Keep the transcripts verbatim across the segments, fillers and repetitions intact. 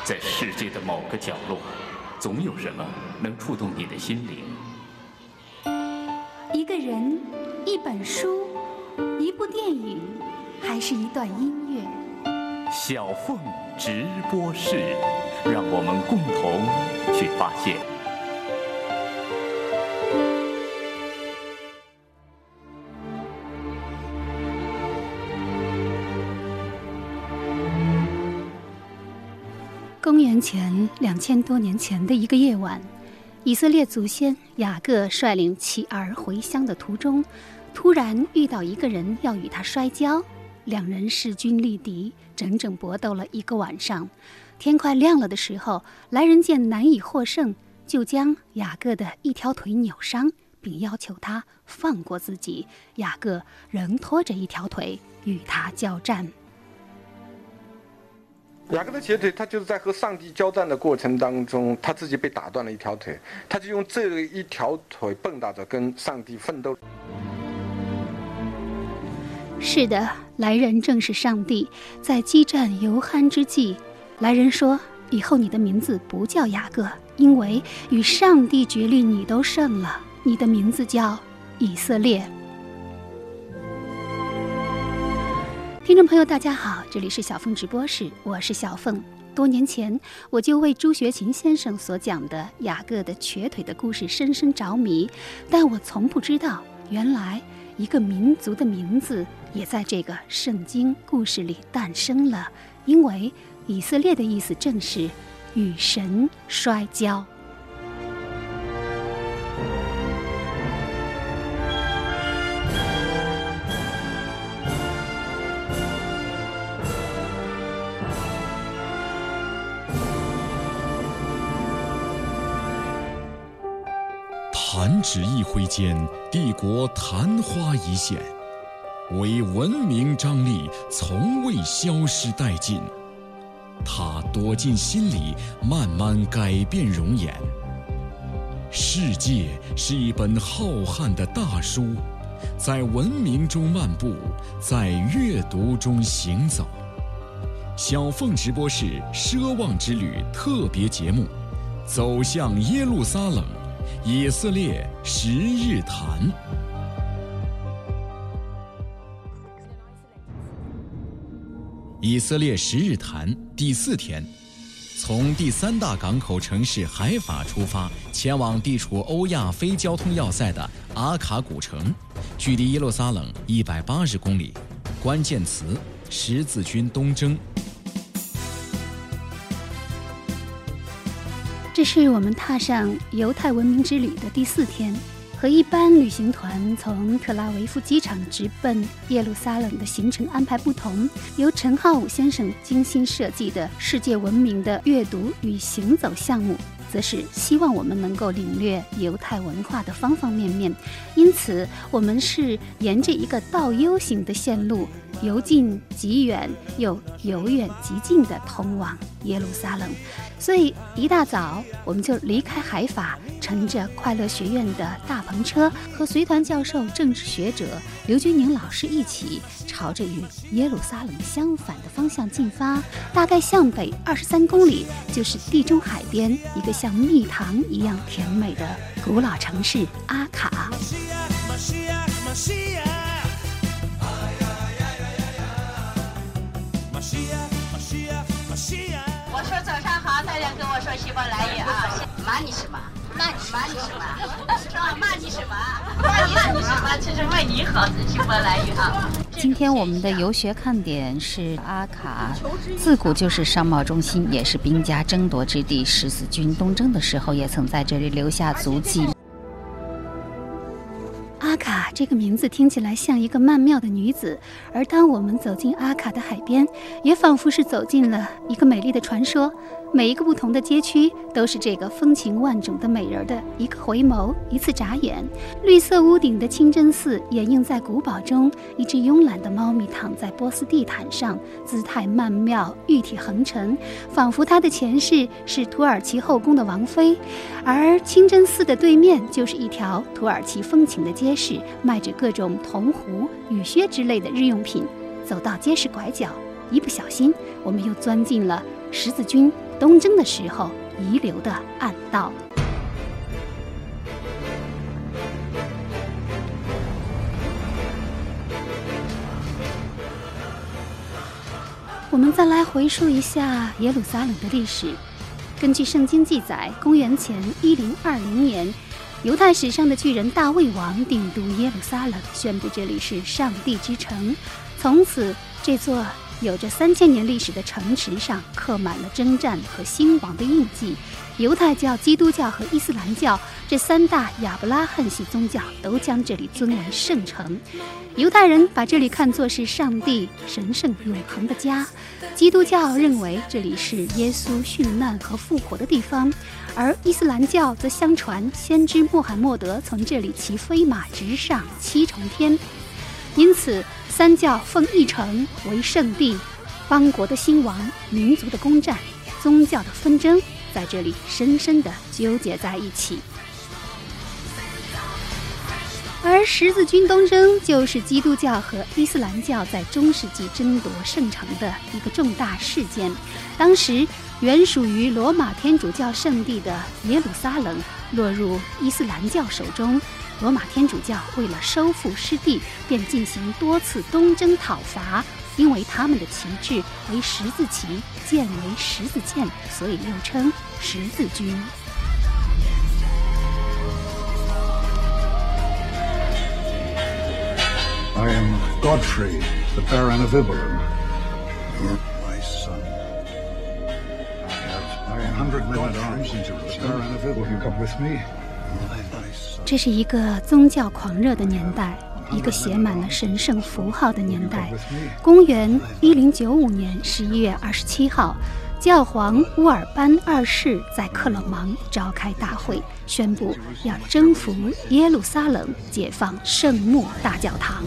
在世界的某个角落，总有什么能触动你的心灵。 一个人，一本书，一部电影，还是一段音乐。 小凤直播室，让我们共同去发现。 公元前两千多年前的一个夜晚，以色列祖先雅各率领妻儿回乡的途中，突然遇到一个人要与他摔跤，两人势均力敌，整整搏斗了一个晚上。天快亮了的时候，来人见难以获胜，就将雅各的一条腿扭伤，并要求他放过自己。雅各仍拖着一条腿与他交战。 雅各的瘸腿，他就是在和上帝交战的过程当中，他自己被打断了一条腿，他就用这一条腿蹦跶着跟上帝奋斗。 是的，来人正是上帝。在激战尤罕之际，来人说：以后你的名字不叫雅各，因为与上帝决力你都胜了，你的名字叫以色列。听众朋友大家好，这里是小凤直播室，我是小凤。多年前我就为朱学勤先生所讲的雅各的瘸腿的故事深深着迷，但我从不知道，原来一个民族的名字也在这个圣经故事里诞生了。因为以色列的意思正是与神摔跤。 弹指一挥间，帝国昙花一现，唯文明张力从未消失殆尽。它躲进心里，慢慢改变容颜。世界是一本浩瀚的大书，在文明中漫步，在阅读中行走。小凤直播室奢望之旅特别节目，走向耶路撒冷，以色列十日谈。以色列十日谈第四天，从第三大港口城市海法出发，前往地处欧亚非交通要塞的阿卡古城，距离耶路撒冷一百八十公里。关键词：十字军东征。 这是我们踏上犹太文明之旅的第四天，和一般旅行团从特拉维夫机场直奔耶路撒冷的行程安排不同，由陈浩武先生精心设计的世界闻名的阅读与行走项目，则是希望我们能够领略犹太文化的方方面面。因此我们是沿着一个道 U 型的线路，由近及远，又由远及近地通往耶路撒冷。所以一大早我们就离开海法，乘着快乐学院的大篷车，和随团教授政治学者刘军宁老师一起，朝着与耶路撒冷相反的方向进发。大概向北二十三公里，就是地中海边一个像蜜糖一样甜美的古老城市阿卡。 我说早上好，大家跟我说希伯来语啊，骂你什么？骂你骂你什么？说骂你什么？骂你什么？其实为你好的希伯来语啊。 今天我们的游学看点是阿卡，自古就是商贸中心，也是兵家争夺之地。十字军东征的时候，也曾在这里留下足迹。 阿卡这个名字听起来像一个曼妙的女子，而当我们走进阿卡的海边，也仿佛是走进了一个美丽的传说。每一个不同的街区都是这个风情万种的美人的一个回眸，一次眨眼。绿色屋顶的清真寺掩映在古堡中，一只慵懒的猫咪躺在波斯地毯上，姿态曼妙，玉体横陈，仿佛它的前世是土耳其后宫的王妃。而清真寺的对面就是一条土耳其风情的街市，卖着各种铜壶、雨靴之类的日用品。走到街市拐角，一不小心我们又钻进了十字军东征的时候遗留的暗道。我们再来回溯一下耶路撒冷的历史。根据圣经记载，公元前一零二零年，犹太史上的巨人大卫王定都耶路撒冷，宣布这里是上帝之城。从此，这座有着三千年历史的城池上刻满了征战和兴亡的印记。犹太教、基督教和伊斯兰教这三大亚伯拉罕系宗教都将这里尊为圣城。犹太人把这里看作是上帝神圣永恒的家，基督教认为这里是耶稣殉难和复活的地方，而伊斯兰教则相传先知穆罕默德从这里骑飞马直上七重天。因此，三教奉一城为圣地，邦国的兴亡、民族的攻战、宗教的纷争在这里深深地纠结在一起。而十字军东征就是基督教和伊斯兰教在中世纪争夺圣城的一个重大事件。当时原属于罗马天主教圣地的耶路撒冷落入伊斯兰教手中，罗马天主教为了收复失地，便进行多次东征讨伐。因为他们的旗帜为十字旗，剑为十字剑，所以又称十字军。 I am Godfrey, the Baron of Ibelin. My son. I have a hundred men at arms in Jerusalem. The Baron of Ibelin, you come with me? My son. 这是一个宗教狂热的年代，一个写满了神圣符号的年代。公元一零九五年十一月二十七号，教皇乌尔班二世在克勒芒召开大会，宣布要征服耶路撒冷，解放圣墓大教堂。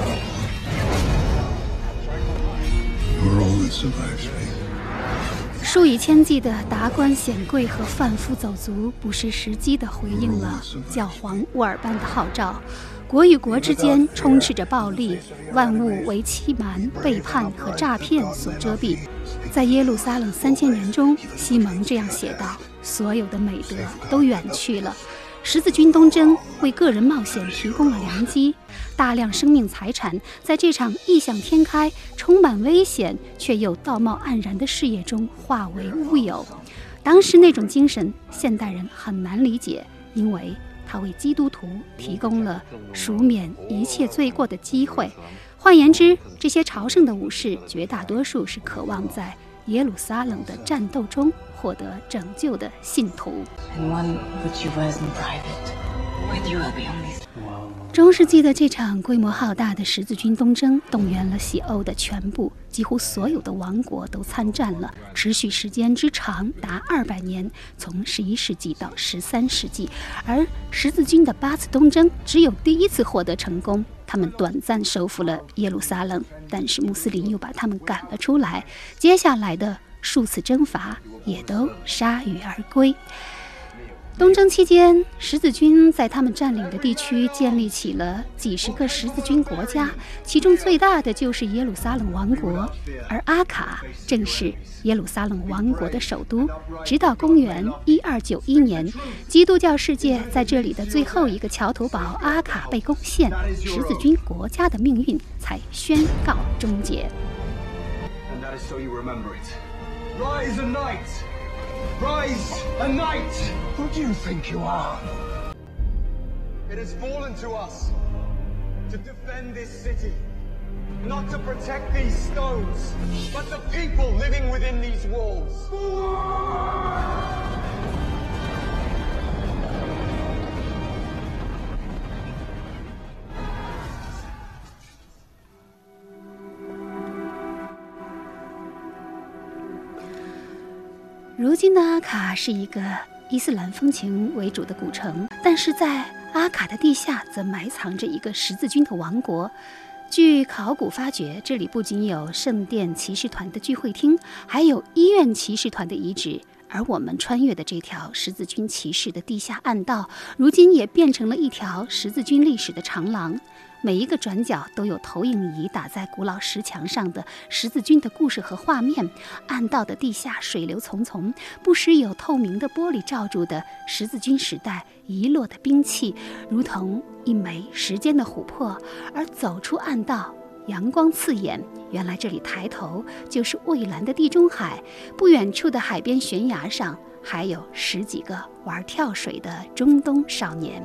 数以千计的达官显贵和贩夫走卒不失时机地回应了教皇乌尔班的号召。国与国之间充斥着暴力，万物为欺瞒、背叛和诈骗所遮蔽。在耶路撒冷三千年中，西蒙这样写道：所有的美德都远去了。十字军东征为个人冒险提供了良机，大量生命财产在这场异想天开、充满危险却又道貌岸然的事业中化为乌有。当时那种精神，现代人很难理解，因为他为基督徒提供了赎免一切罪过的机会。换言之，这些朝圣的武士绝大多数是渴望在耶路撒冷的战斗中获得拯救的信徒。中世纪的这场规模浩大的十字军东征动员了西欧的全部几乎所有的王国都参战了，持续时间之长达二百年，从十一世纪到十三世纪。而十字军的八次东征只有第一次获得成功，他们短暂收复了耶路撒冷，但是穆斯林又把他们赶了出来，接下来的数次征伐也都铩羽而归。东征期间，十字军在他们占领的地区建立起了几十个十字军国家，其中最大的就是耶路撒冷王国，而阿卡正是耶路撒冷王国的首都。直到公元一二九一年，基督教世界在这里的最后一个桥头堡阿卡被攻陷，十字军国家的命运才宣告终结。 Rise, a knight! Who do you think you are? It has fallen to us to defend this city, not to protect these stones, but the people living within these walls. 如今的阿卡是一个伊斯兰风情为主的古城，但是在阿卡的地下则埋藏着一个十字军的王国。据考古发掘，这里不仅有圣殿骑士团的聚会厅，还有医院骑士团的遗址。而我们穿越的这条十字军骑士的地下暗道，如今也变成了一条十字军历史的长廊。 每一个转角都有投影仪打在古老石墙上的十字军的故事和画面，暗道的地下水流淙淙，不时有透明的玻璃罩住的十字军时代遗落的兵器，如同一枚时间的琥珀。而走出暗道，阳光刺眼，原来这里抬头就是蔚蓝的地中海，不远处的海边悬崖上还有十几个玩跳水的中东少年。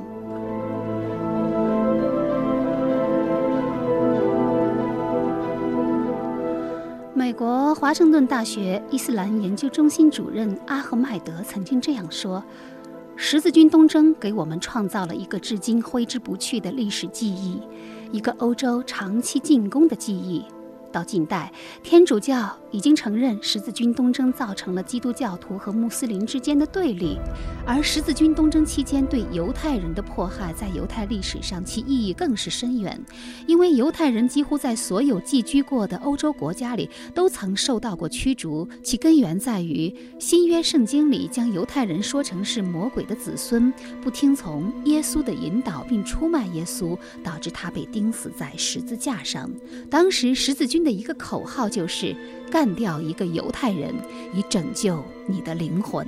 美国华盛顿大学伊斯兰研究中心主任阿赫迈德曾经这样说：十字军东征给我们创造了一个至今挥之不去的历史记忆，一个欧洲长期进攻的记忆。到近代，天主教已经承认十字军东征造成了基督教徒和穆斯林之间的对立，而十字军东征期间对犹太人的迫害在犹太历史上其意义更是深远，因为犹太人几乎在所有寄居过的欧洲国家里都曾受到过驱逐，其根源在于新约圣经里将犹太人说成是魔鬼的子孙，不听从耶稣的引导并出卖耶稣，导致他被钉死在十字架上。当时十字军的一个口号就是干掉一个犹太人，以拯救你的灵魂。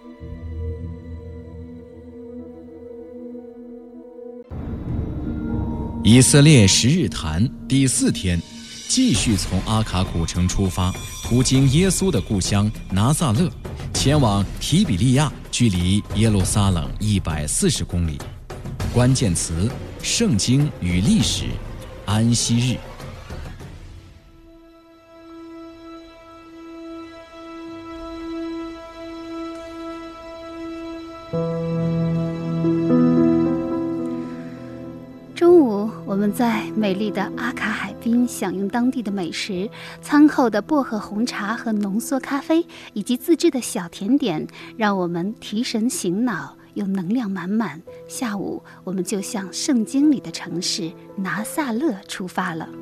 以色列十日谈第四天，继续从阿卡古城出发，途经耶稣的故乡拿撒勒，前往提比利亚，距离耶路撒冷一百四十公里。关键词：圣经与历史，安息日。 中午，我们在美丽的阿卡海滨享用当地的美食，餐后的薄荷红茶和浓缩咖啡，以及自制的小甜点，让我们提神醒脑，又能量满满。下午，我们就向圣经里的城市拿撒勒出发了。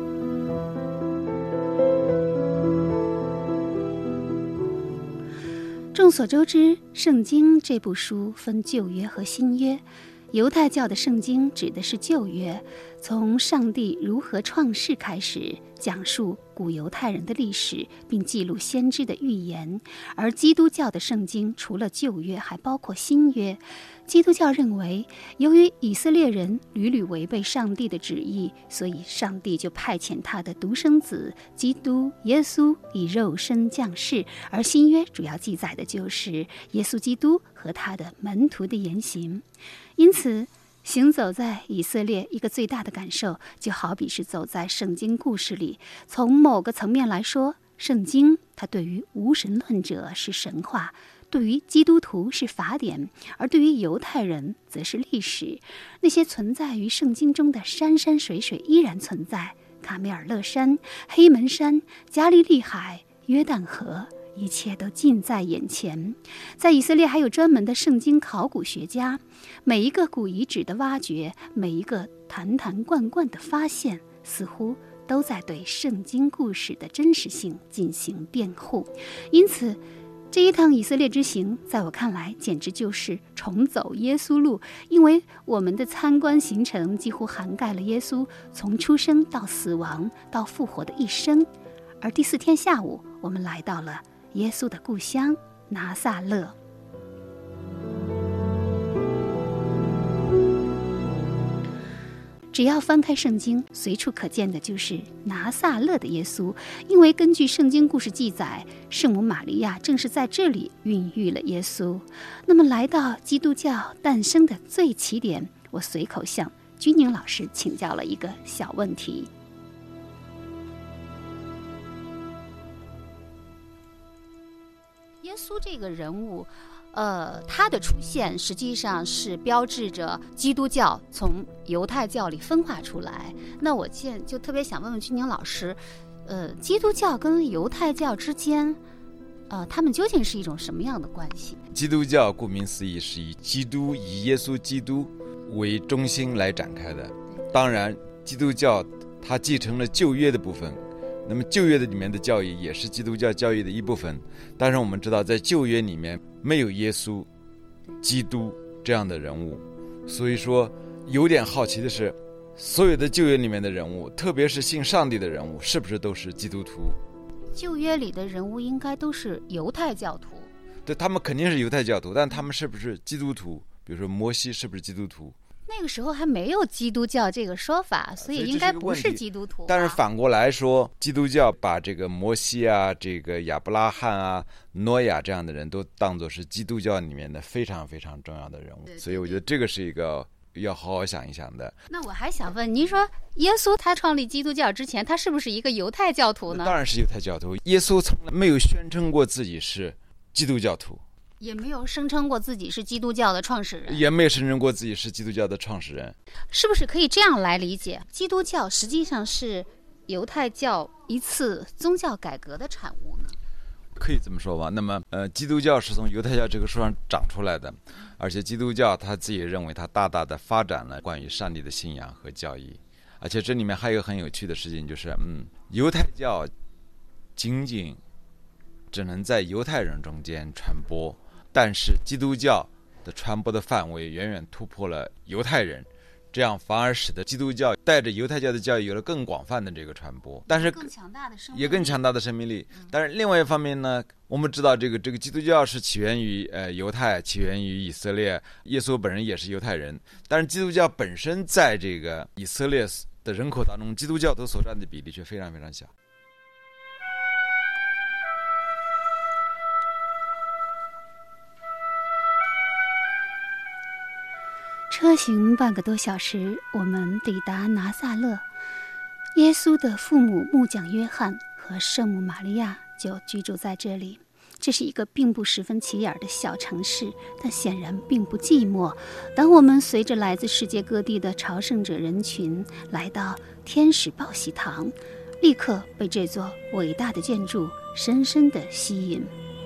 众所周知，圣经这部书分旧约和新约。犹太教的圣经指的是旧约，从上帝如何创世开始，讲述古犹太人的历史，并记录先知的预言。而基督教的圣经除了旧约，还包括新约。基督教认为，由于以色列人屡屡违背上帝的旨意，所以上帝就派遣他的独生子基督耶稣以肉身降世。而新约主要记载的就是耶稣基督和他的门徒的言行。因此，行走在以色列，一个最大的感受就好比是走在圣经故事里。从某个层面来说，圣经它对于无神论者是神话，对于基督徒是法典，而对于犹太人则是历史。那些存在于圣经中的山山水水依然存在，卡梅尔勒山、黑门山、加利利海、约旦河，一切都近在眼前。在以色列还有专门的圣经考古学家，每一个古遗址的挖掘，每一个坛坛罐罐的发现，似乎都在对圣经故事的真实性进行辩护。因此，这一趟以色列之行，在我看来简直就是重走耶稣路，因为我们的参观行程几乎涵盖了耶稣从出生到死亡到复活的一生。而第四天下午，我们来到了耶稣的故乡拿撒勒。只要翻开圣经，随处可见的就是拿撒勒的耶稣，因为根据圣经故事记载，圣母玛利亚正是在这里孕育了耶稣。那么来到基督教诞生的最起点，我随口向君宁老师请教了一个小问题。耶稣这个人物，呃，他的出现实际上是标志着基督教从犹太教里分化出来。那我现就特别想问问君宁老师，呃，基督教跟犹太教之间，呃，他们究竟是一种什么样的关系？ 基督教顾名思义是以基督、以耶稣基督为中心来展开的。当然，基督教它继承了旧约的部分。那么旧约的里面的教义也是基督教教义的一部分。当然我们知道在旧约里面没有耶稣基督这样的人物，所以说有点好奇的是， 所有的旧约里面的人物，特别是信上帝的人物，是不是都是基督徒？ 旧约里的人物应该都是犹太教徒。 对，他们肯定是犹太教徒，但他们是不是基督徒？比如说摩西是不是基督徒？ 那个时候还没有基督教这个说法，所以应该不是基督徒。 但是反过来说，基督教把这个摩西啊、这个亚伯拉罕啊、诺亚这样的人都当作是基督教里面的非常非常重要的人物，所以我觉得这个是一个要好好想一想的。 那我还想问您说，耶稣他创立基督教之前，他是不是一个犹太教徒呢？ 当然是犹太教徒。耶稣从来没有宣称过自己是基督教徒， 也没有声称过自己是基督教的创始人， 也没有声称过自己是基督教的创始人。 是不是可以这样来理解，基督教实际上是犹太教一次宗教改革的产物呢？ 可以这么说吧。那么呃，基督教是从犹太教这个树上长出来的，而且基督教他自己认为他大大的发展了关于上帝的信仰和教义。而且这里面还有很有趣的事情，就是嗯，犹太教仅仅只能在犹太人中间传播，但是基督教的传播的范围远远突破了犹太人，这样反而使得基督教带着犹太教的教义有了更广泛的这个传播，但是更强大的生命力也更强大的生命力。但是另外一方面呢，我们知道这个这个基督教是起源于呃犹太，起源于以色列，耶稣本人也是犹太人，但是基督教本身在这个以色列的人口当中，基督教徒所占的比例却非常非常小。 车行半个多小时，我们抵达拿撒勒。耶稣的父母木匠约翰和圣母玛利亚就居住在这里。这是一个并不十分起眼的小城市，但显然并不寂寞。当我们随着来自世界各地的朝圣者人群来到天使报喜堂，立刻被这座伟大的建筑深深地吸引。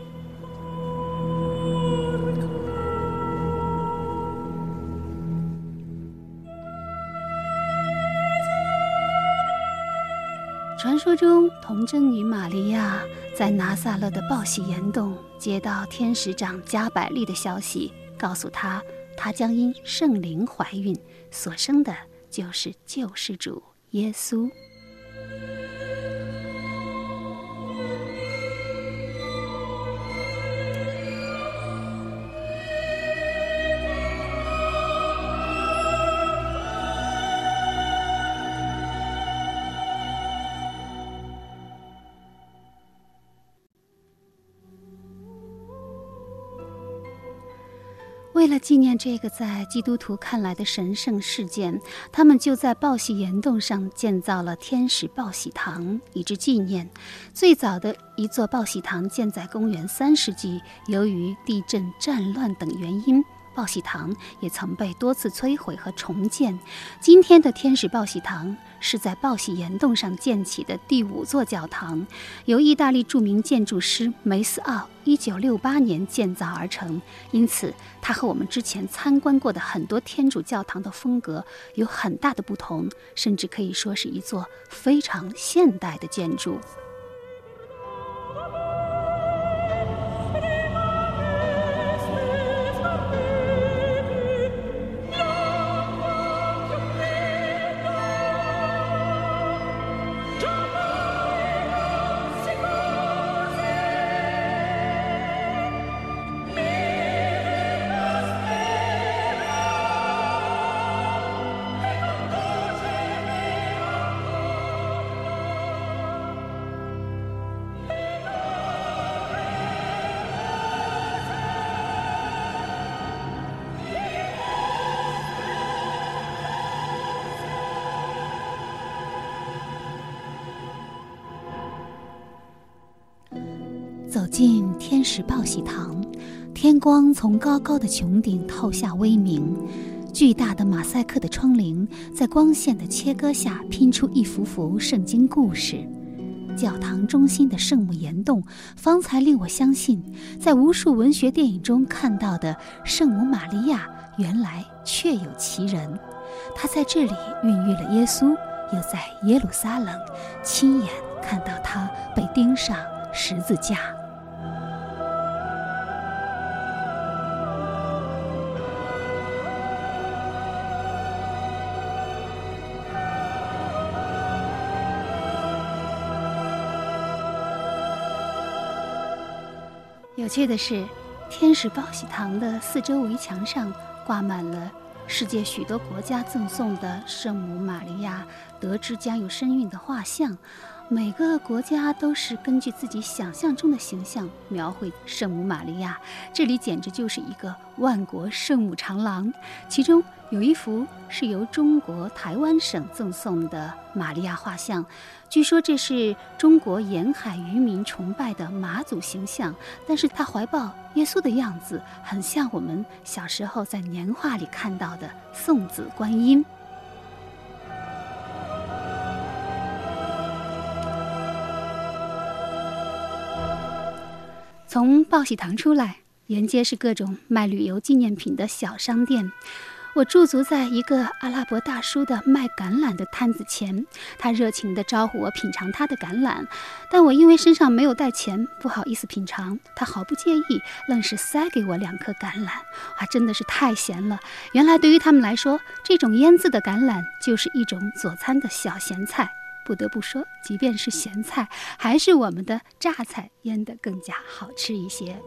传说中，童贞女玛利亚在拿撒勒的报喜岩洞接到天使长加百利的消息，告诉她，她将因圣灵怀孕，所生的就是救世主耶稣。为了纪念这个在基督徒看来的神圣事件，他们就在报喜岩洞上建造了天使报喜堂，以致纪念。最早的一座报喜堂建在公元三世纪，由于地震、战乱等原因，报喜堂也曾被多次摧毁和重建。今天的天使报喜堂是在报喜岩洞上建起的第五座教堂，由意大利著名建筑师梅斯奥一九六八年建造而成，因此它和我们之前参观过的很多天主教堂的风格有很大的不同，甚至可以说是一座非常现代的建筑。走进天使报喜堂，天光从高高的穹顶透下微明，巨大的马赛克的窗棂在光线的切割下拼出一幅幅圣经故事。教堂中心的圣母岩洞方才令我相信，在无数文学电影中看到的圣母玛利亚原来确有其人。她在这里孕育了耶稣，又在耶路撒冷亲眼看到他被钉上十字架。 有趣的是，天使报喜堂的四周围墙上挂满了世界许多国家赠送的圣母玛利亚得知将有身孕的画像，每个国家都是根据自己想象中的形象描绘圣母玛利亚，这里简直就是一个万国圣母长廊。其中有一幅是由中国台湾省赠送的玛利亚画像，据说这是中国沿海渔民崇拜的妈祖形象，但是他怀抱耶稣的样子很像我们小时候在年画里看到的送子观音。从报喜堂出来，沿街是各种卖旅游纪念品的小商店。我驻足在一个阿拉伯大叔的卖橄榄的摊子前，他热情地招呼我品尝他的橄榄，但我因为身上没有带钱，不好意思品尝。他毫不介意，愣是塞给我两颗橄榄，啊，真的是太咸了。原来对于他们来说，这种腌制的橄榄就是一种佐餐的小咸菜。不得不说，即便是咸菜，还是我们的榨菜腌得更加好吃一些。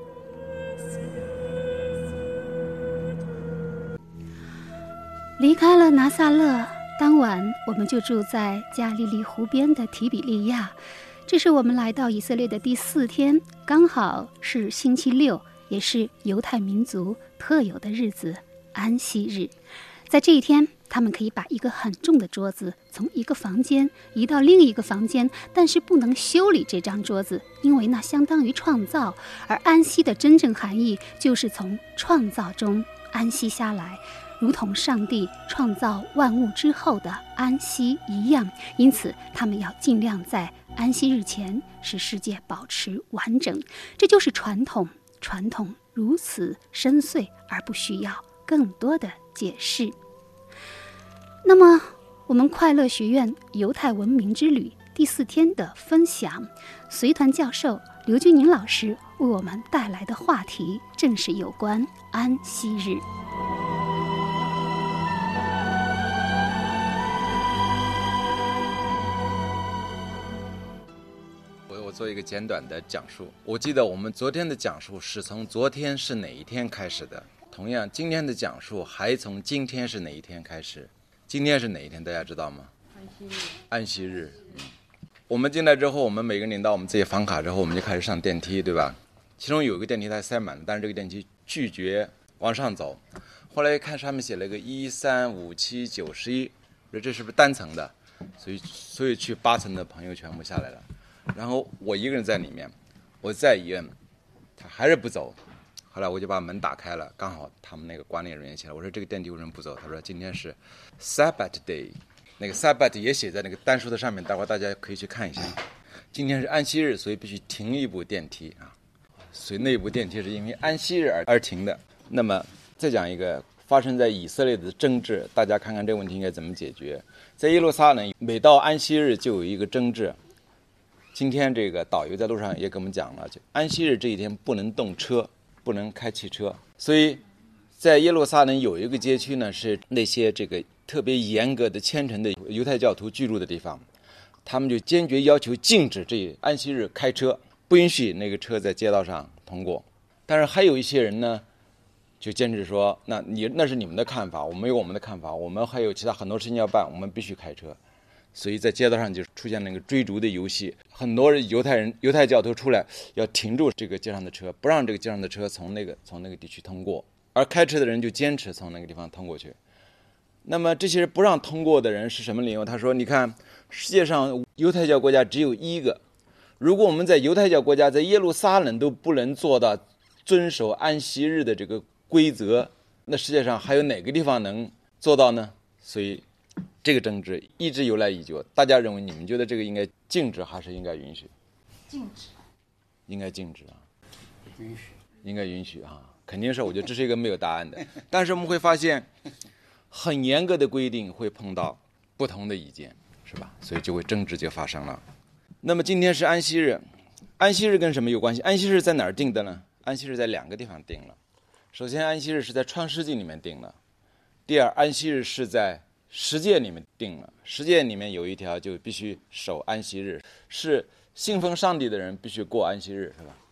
离开了拿撒勒，当晚我们就住在加利利湖边的提比利亚。这是我们来到以色列的第四天，刚好是星期六，也是犹太民族特有的日子——安息日。在这一天，他们可以把一个很重的桌子从一个房间移到另一个房间，但是不能修理这张桌子，因为那相当于创造。而安息的真正含义就是从创造中安息下来，如同上帝创造万物之后的安息一样。因此他们要尽量在安息日前使世界保持完整。这就是传统，传统如此深邃而不需要更多的解释。那么我们快乐学院犹太文明之旅第四天的分享，随团教授刘君宁老师为我们带来的话题正是有关安息日。 我做一个简短的讲述。我记得我们昨天的讲述是从昨天是哪一天开始的，同样今天的讲述还从今天是哪一天开始。今天是哪一天大家知道吗？安息日。安息日。嗯，我们进来之后，我们每个人领到我们自己房卡之后，我们就开始上电梯，对吧？其中有一个电梯它塞满了，但是这个电梯拒绝往上走。后来看上面写了个一三五七九十一，我说这是不是单层的？所以所以去八层的朋友全部下来了。然后我一个人在里面，我再一摁，他还是不走。后来我就把门打开了，刚好他们那个管理人员起来，我说这个电梯为什么不走？他说今天是 Sabbath Day， 那个 Sabbath 也写在那个单数的上面，待会儿大家可以去看一下。今天是安息日，所以必须停一部电梯啊。所以那部电梯是因为安息日而而停的。那么再讲一个发生在以色列的争执，大家看看这个问题应该怎么解决。在耶路撒冷，每到安息日就有一个争执。今天这个导游在路上也跟我们讲了，就安息日这一天不能动车，不能开汽车。所以在耶路撒冷有一个街区呢，是那些这个特别严格的虔诚的犹太教徒居住的地方，他们就坚决要求禁止这安息日开车，不允许那个车在街道上通过。但是还有一些人呢，就坚持说，那你那是你们的看法，我们有我们的看法，我们还有其他很多事情要办，我们必须开车。所以在街道上就出现那个追逐的游戏，很多犹太人、犹太教徒出来要停住这个街上的车，不让这个街上的车从那个从那个地区通过，而开车的人就坚持从那个地方通过去。那么这些不让通过的人是什么理由？他说：“你看，世界上犹太教国家只有一个，如果我们在犹太教国家在耶路撒冷都不能做到遵守安息日的这个规则，那世界上还有哪个地方能做到呢？”所以这个争执一直由来已久，大家认为，你们觉得这个应该禁止还是应该允许？ 禁止。 应该禁止啊。允许。应该允许啊，肯定是。我觉得这是一个没有答案的。但是我们会发现，很严格的规定会碰到不同的意见，是吧？所以就会争执就发生了。那么今天是安息日，安息日跟什么有关系？安息日在哪儿定的呢？安息日在两个地方定了。首先，安息日是在创世纪里面定了；第二，安息日是在十诫里面定了。十诫里面有一条就必须守安息日，是信奉上帝的人必须过安息日，是吧？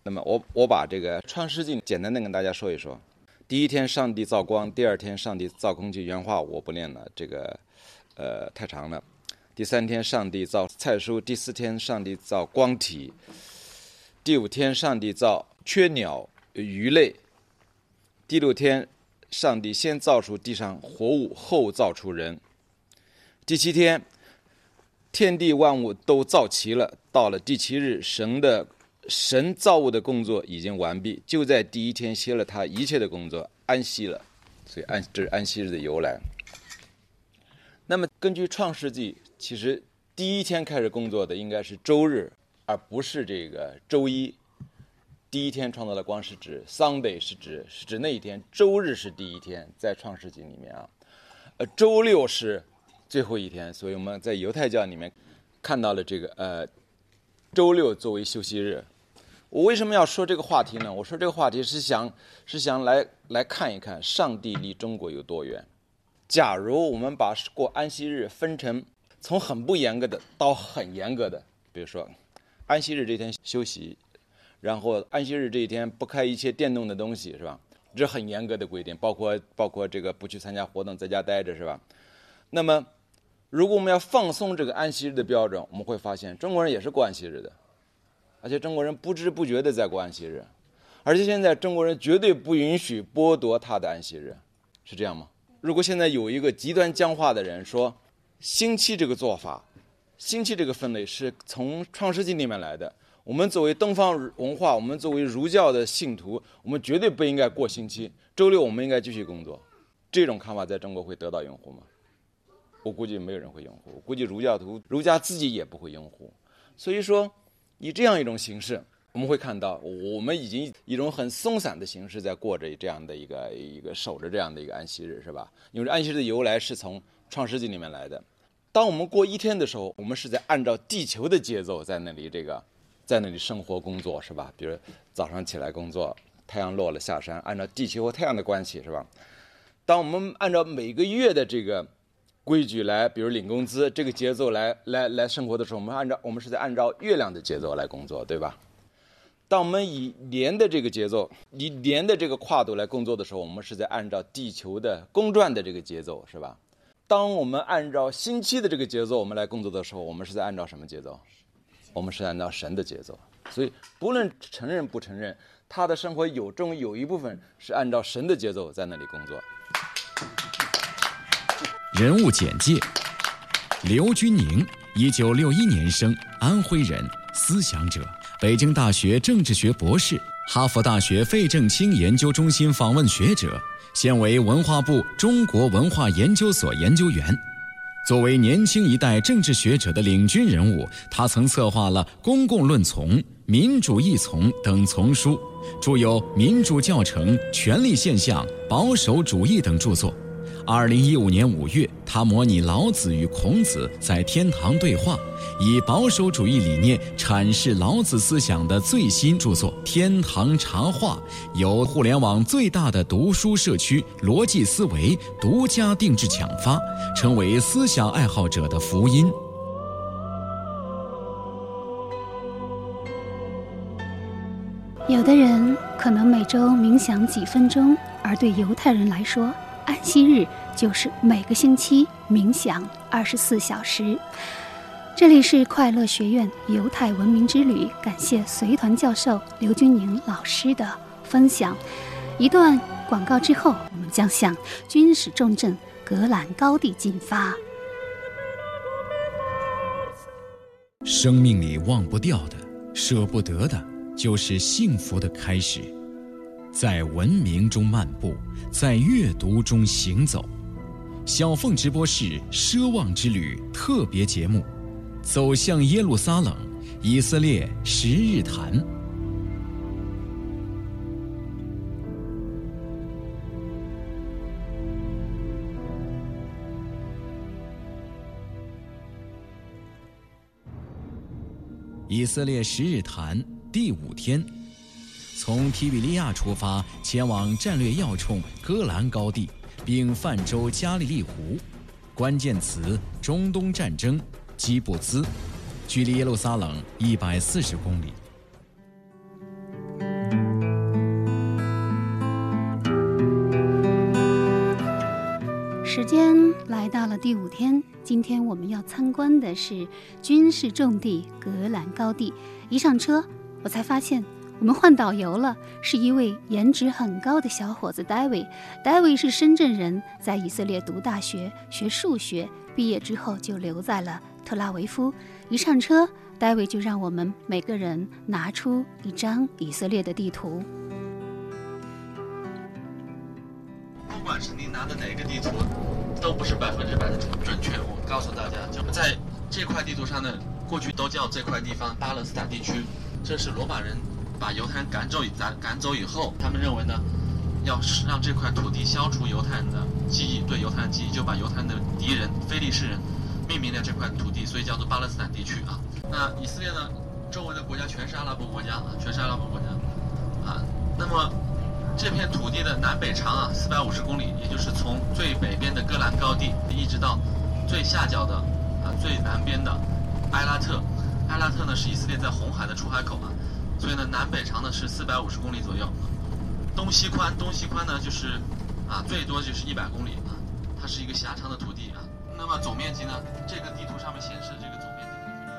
那么我我把这个创世纪简单的跟大家说一说。第一天上帝造光，第二天上帝造空气。原话我不念了，这个呃太长了。第三天上帝造菜蔬，第四天上帝造光体，第五天上帝造雀鸟鱼类，第六天上帝先造出地上活物，后造出人。第七天天地万物都造齐了，到了第七日，神的神造物的工作已经完毕，就在第一天歇了他一切的工作，安息了。所以安这是安息日的由来。那么根据创世纪，其实第一天开始工作的应该是周日，而不是这个周一。第一天创造的光是指 Sunday 是指是指那一天，周日是第一天，在创世纪里面啊，呃周六是最后一天，所以我们在犹太教里面看到了这个呃周六作为休息日。我为什么要说这个话题呢？我说这个话题是想是想来来看一看上帝离中国有多远。假如我们把过安息日分成从很不严格的到很严格的，比如说安息日这天休息，然后安息日这一天不开一切电动的东西，是吧？这是很严格的规定，包括包括这个不去参加活动，在家待着，是吧？那么如果我们要放松这个安息日的标准，我们会发现中国人也是过安息日的，而且中国人不知不觉的在过安息日，而且现在中国人绝对不允许剥夺他的安息日，是这样吗？如果现在有一个极端僵化的人说星期这个做法，星期这个分类是从创世纪里面来的，我们作为东方文化，我们作为儒教的信徒，我们绝对不应该过星期，周六我们应该继续工作。这种看法在中国会得到拥护吗？我估计没有人会拥护，我估计儒教徒儒家自己也不会拥护。所以说以这样一种形式，我们会看到我们已经以一种很松散的形式在过着这样的一个一个守着这样的一个安息日，是吧？因为安息日的由来是从创世纪里面来的。当我们过一天的时候，我们是在按照地球的节奏在那里这个在那里生活工作，是吧？比如早上起来工作，太阳落了下山，按照地球和太阳的关系，是吧？当我们按照每个月的这个规矩来，比如领工资这个节奏来来来生活的时候，我们按照我们是在按照月亮的节奏来工作，对吧？当我们以年的这个节奏，以年的这个跨度来工作的时候，我们是在按照地球的公转的这个节奏，是吧？当我们按照星期的这个节奏我们来工作的时候，我们是在按照什么节奏？我们是按照神的节奏。所以不论承认不承认，他的生活有中有一部分是按照神的节奏在那里工作。 人物简介：刘军宁，一九六一年生，安徽人，思想者，北京大学政治学博士，哈佛大学费正清研究中心访问学者，现为文化部中国文化研究所研究员。作为年轻一代政治学者的领军人物，他曾策划了《公共论丛》《民主议丛》等丛书，著有《民主教程》《权力现象》《保守主义》等著作。二零一五年五月，他模拟老子与孔子在天堂对话，以保守主义理念阐释老子思想的最新著作《天堂茶话》，由互联网最大的读书社区逻辑思维独家定制抢发，成为思想爱好者的福音。 有的人可能每周冥想几分钟，而对犹太人来说，安息日就是每个星期冥想二十四小时。这里是快乐学院犹太文明之旅，感谢随团教授刘军宁老师的分享。一段广告之后，我们将向军事重镇格兰高地进发。 生命里忘不掉的、舍不得的，就是幸福的开始。在文明中漫步，在阅读中行走。小凤直播室奢望之旅特别节目，走向耶路撒冷，以色列十日谈。以色列十日谈第五天，从提比利亚出发，前往战略要冲戈兰高地，并泛舟加利利湖。关键词：中东战争，基布兹，距离耶路撒冷一百四十公里。 时间来到了第五天，今天我们要参观的是军事重地格兰高地。一上车，我才发现我们换导游了，是一位颜值很高的小伙子戴维。戴维是深圳人，在以色列读大学，学数学，毕业之后就留在了特拉维夫。一上车，戴维就让我们每个人拿出一张以色列的地图。 不管是您拿的哪一个地图，都不是百分之百的准确。我告诉大家，就在这块地图上呢，过去都叫这块地方巴勒斯坦地区。这是罗马人把犹太人赶走赶赶走以后，他们认为呢，要让这块土地消除犹太人的记忆，对犹太人记忆，就把犹太人的敌人非利士人命名了这块土地，所以叫做巴勒斯坦地区啊。那以色列呢，周围的国家全是阿拉伯国家啊，全是阿拉伯国家啊。那么这片土地的南北长啊，四百五十公里，也就是从最北边的戈兰高地，一直到最下角的啊最南边的埃拉特。埃拉特呢是以色列在红海的出海口啊，所以呢南北长呢是四百五十公里左右，东西宽东西宽呢就是啊最多就是一百公里啊，它是一个狭长的土地啊。那么总面积呢，这个地图上面显示这个总面积。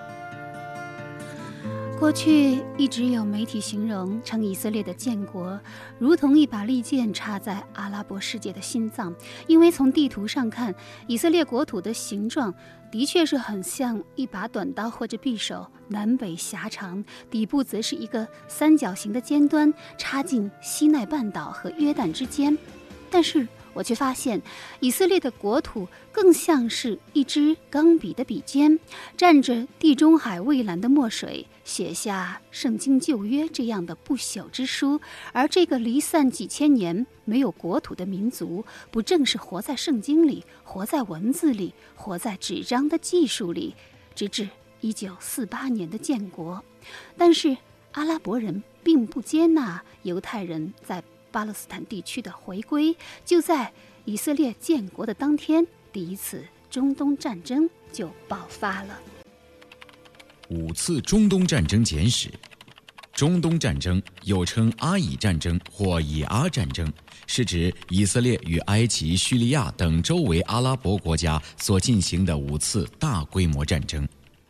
过去一直有媒体形容称以色列的建国如同一把利剑插在阿拉伯世界的心脏，因为从地图上看，以色列国土的形状的确是很像一把短刀或者匕首，南北狭长，底部则是一个三角形的尖端插进西奈半岛和约旦之间。但是我却发现，以色列的国土更像是一支钢笔的笔尖，蘸着地中海蔚蓝的墨水，写下圣经旧约这样的不朽之书。而这个离散几千年没有国土的民族，不正是活在圣经里，活在文字里，活在纸张的技术里，直至一九四八年的建国。但是阿拉伯人并不接纳犹太人在巴勒斯坦地区的回归。就在以色列建国的当天，第一次中东战争就爆发了。 五次中东战争简史。中东战争又称阿以战争或以阿战争，是指以色列与埃及、叙利亚等周围阿拉伯国家所进行的五次大规模战争。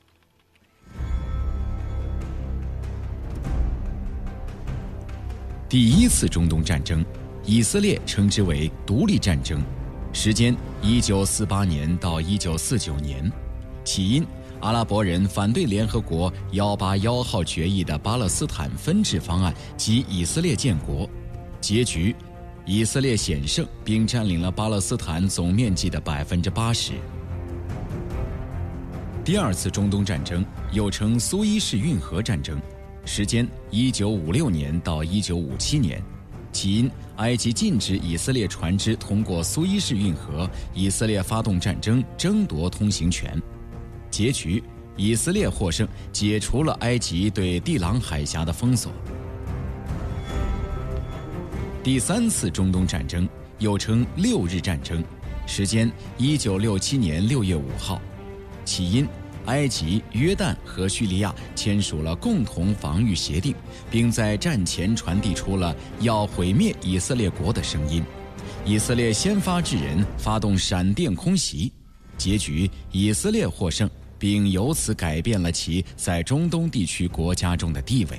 第一次中东战争，以色列称之为独立战争，时间一九四八年到一九四九年，起因阿拉伯人反对联合国一八一号决议的巴勒斯坦分治方案及以色列建国，结局以色列险胜，并占领了巴勒斯坦总面积的百分之八十。第二次中东战争又称苏伊士运河战争，时间一九五六年到一九五七年，起因埃及禁止以色列船只通过苏伊士运河，以色列发动战争争夺通行权，结局以色列获胜，解除了埃及对地朗海峡的封锁。第三次中东战争又称六日战争，时间一九六七年六月五号，起因埃及、约旦和叙利亚签署了共同防御协定，并在战前传递出了要毁灭以色列国的声音。以色列先发制人，发动闪电空袭，结局以色列获胜，并由此改变了其在中东地区国家中的地位。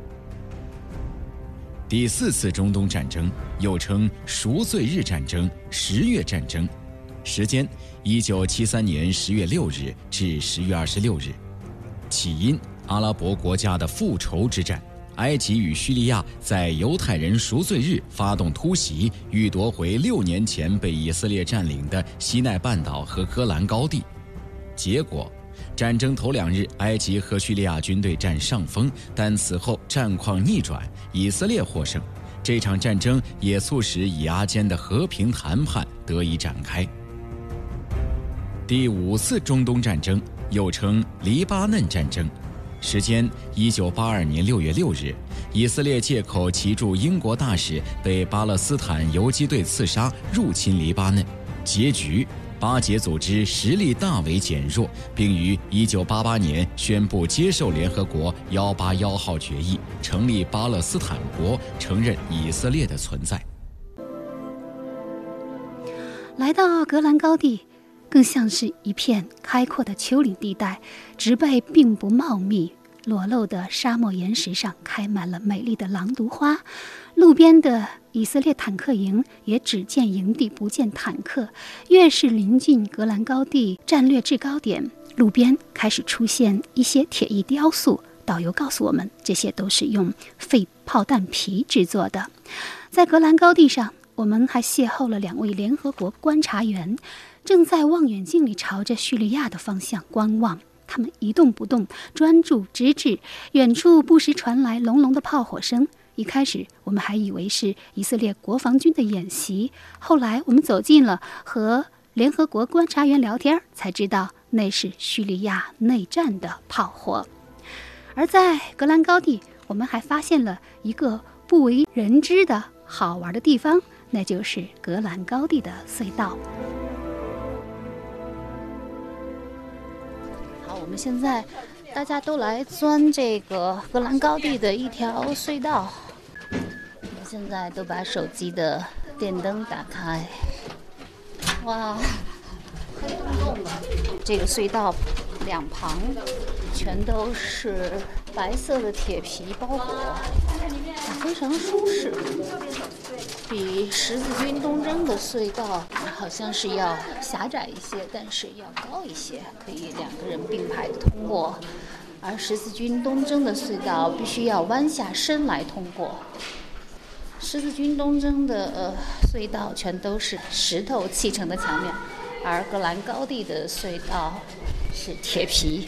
第四次中东战争又称赎罪日战争、十月战争，时间一九七三年十月六日至十月二十六日，起因阿拉伯国家的复仇之战，埃及与叙利亚在犹太人赎罪日发动突袭，欲夺回六年前被以色列占领的西奈半岛和戈兰高地。结果战争头两日，埃及和叙利亚军队占上风，但此后战况逆转，以色列获胜。这场战争也促使以阿间的和平谈判得以展开。第五次中东战争又称黎巴嫩战争，时间一九八二年六月六日，以色列借口其驻英国大使被巴勒斯坦游击队刺杀，入侵黎巴嫩，结局巴解组织实力大为减弱，并于一九八八年宣布接受联合国一八一号决议，成立巴勒斯坦国，承认以色列的存在。 来来到格兰高地，更像是一片开阔的丘陵地带，植被并不茂密，裸露的沙漠岩石上开满了美丽的狼毒花。路边的以色列坦克营也只见营地不见坦克。越是临近格兰高地战略制高点，路边开始出现一些铁艺雕塑，导游告诉我们，这些都是用废炮弹皮制作的。在格兰高地上，我们还邂逅了两位联合国观察员，正在望远镜里朝着叙利亚的方向观望。他们一动不动，专注直至，远处不时传来隆隆的炮火声。一开始我们还以为是以色列国防军的演习，后来我们走近了，和联合国观察员聊天，才知道那是叙利亚内战的炮火。而在格兰高地，我们还发现了一个不为人知的好玩的地方，那就是格兰高地的隧道。好，我们现在大家都来钻这个格兰高地的一条隧道。我们现在都把手机的电灯打开。哇，黑洞洞的！这个隧道两旁全都是白色的铁皮包裹，非常舒适。比十字军东征的隧道好像是要狭窄一些，但是要高一些，可以两个人并排的通过。而十字军东征的隧道必须要弯下身来通过。十字军东征的呃隧道全都是石头砌成的墙面，而格兰高地的隧道是铁皮。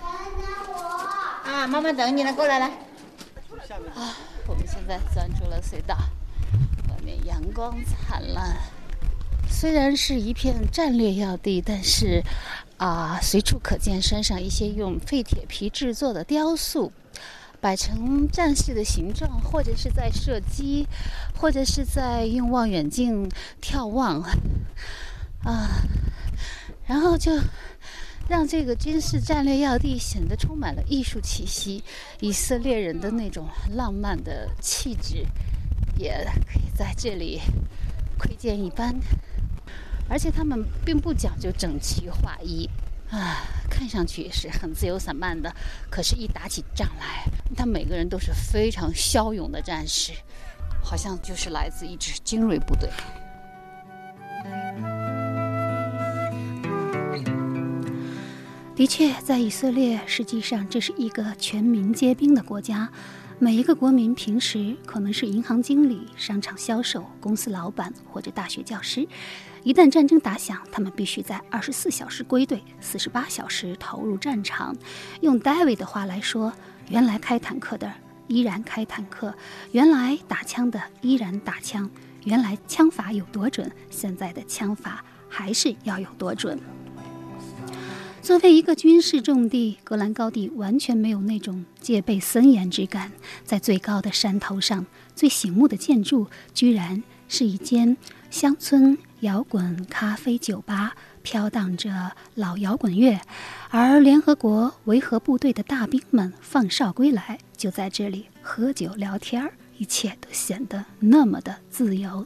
啊，妈妈等你了，过来来。 啊，我们现在钻出了隧道，外面阳光灿烂。虽然是一片战略要地，但是啊，随处可见山上一些用废铁皮制作的雕塑，摆成战士的形状，或者是在射击，或者是在用望远镜眺望啊，然后就让这个军事战略要地显得充满了艺术气息。以色列人的那种浪漫的气质也可以在这里窥见一斑。而且他们并不讲究整齐划一啊，看上去是很自由散漫的，可是一打起仗来，他每个人都是非常骁勇的战士，好像就是来自一支精锐部队。的确，在以色列，实际上这是一个全民皆兵的国家。每一个国民平时可能是银行经理、商场销售、公司老板或者大学教师。一旦战争打响，他们必须在二十四小时归队，四十八小时投入战场。用 David 的话来说，原来开坦克的依然开坦克，原来打枪的依然打枪，原来枪法有多准，现在的枪法还是要有多准。作为一个军事重地，格兰高地完全没有那种戒备森严之感。在最高的山头上，最醒目的建筑居然是一间乡村摇滚咖啡酒吧，飘荡着老摇滚乐，而联合国维和部队的大兵们放哨归来，就在这里喝酒聊天，一切都显得那么的自由。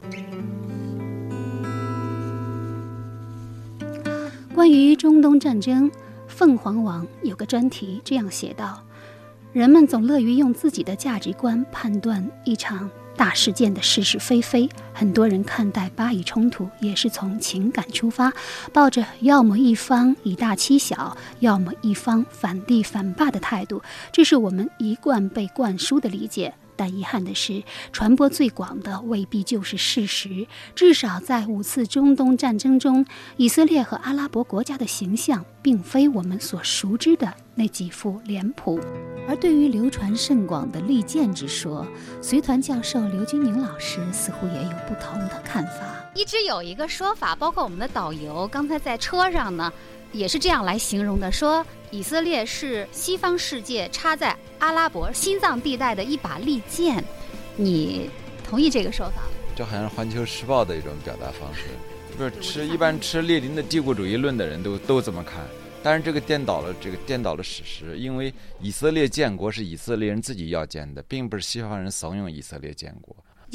关于中东战争，凤凰网有个专题这样写道：人们总乐于用自己的价值观判断一场大事件的是是非非，很多人看待巴以冲突也是从情感出发，抱着要么一方以大欺小，要么一方反帝反霸的态度，这是我们一贯被灌输的理解。但遗憾的是，传播最广的未必就是事实。至少在五次中东战争中，以色列和阿拉伯国家的形象并非我们所熟知的那几副脸谱。而对于流传甚广的利剑之说，随团教授刘军宁老师似乎也有不同的看法。 一直有一个说法，包括我们的导游刚才在车上呢也是这样来形容的，说以色列是西方世界插在阿拉伯心脏地带的一把利剑。你同意这个说法？ 这好像是环球时报的一种表达方式，不是吃一般吃列宁的帝国主义论的人都都这么看，但是这个颠倒了这个颠倒了史实，因为以色列建国是以色列人自己要建的，并不是西方人怂恿以色列建国。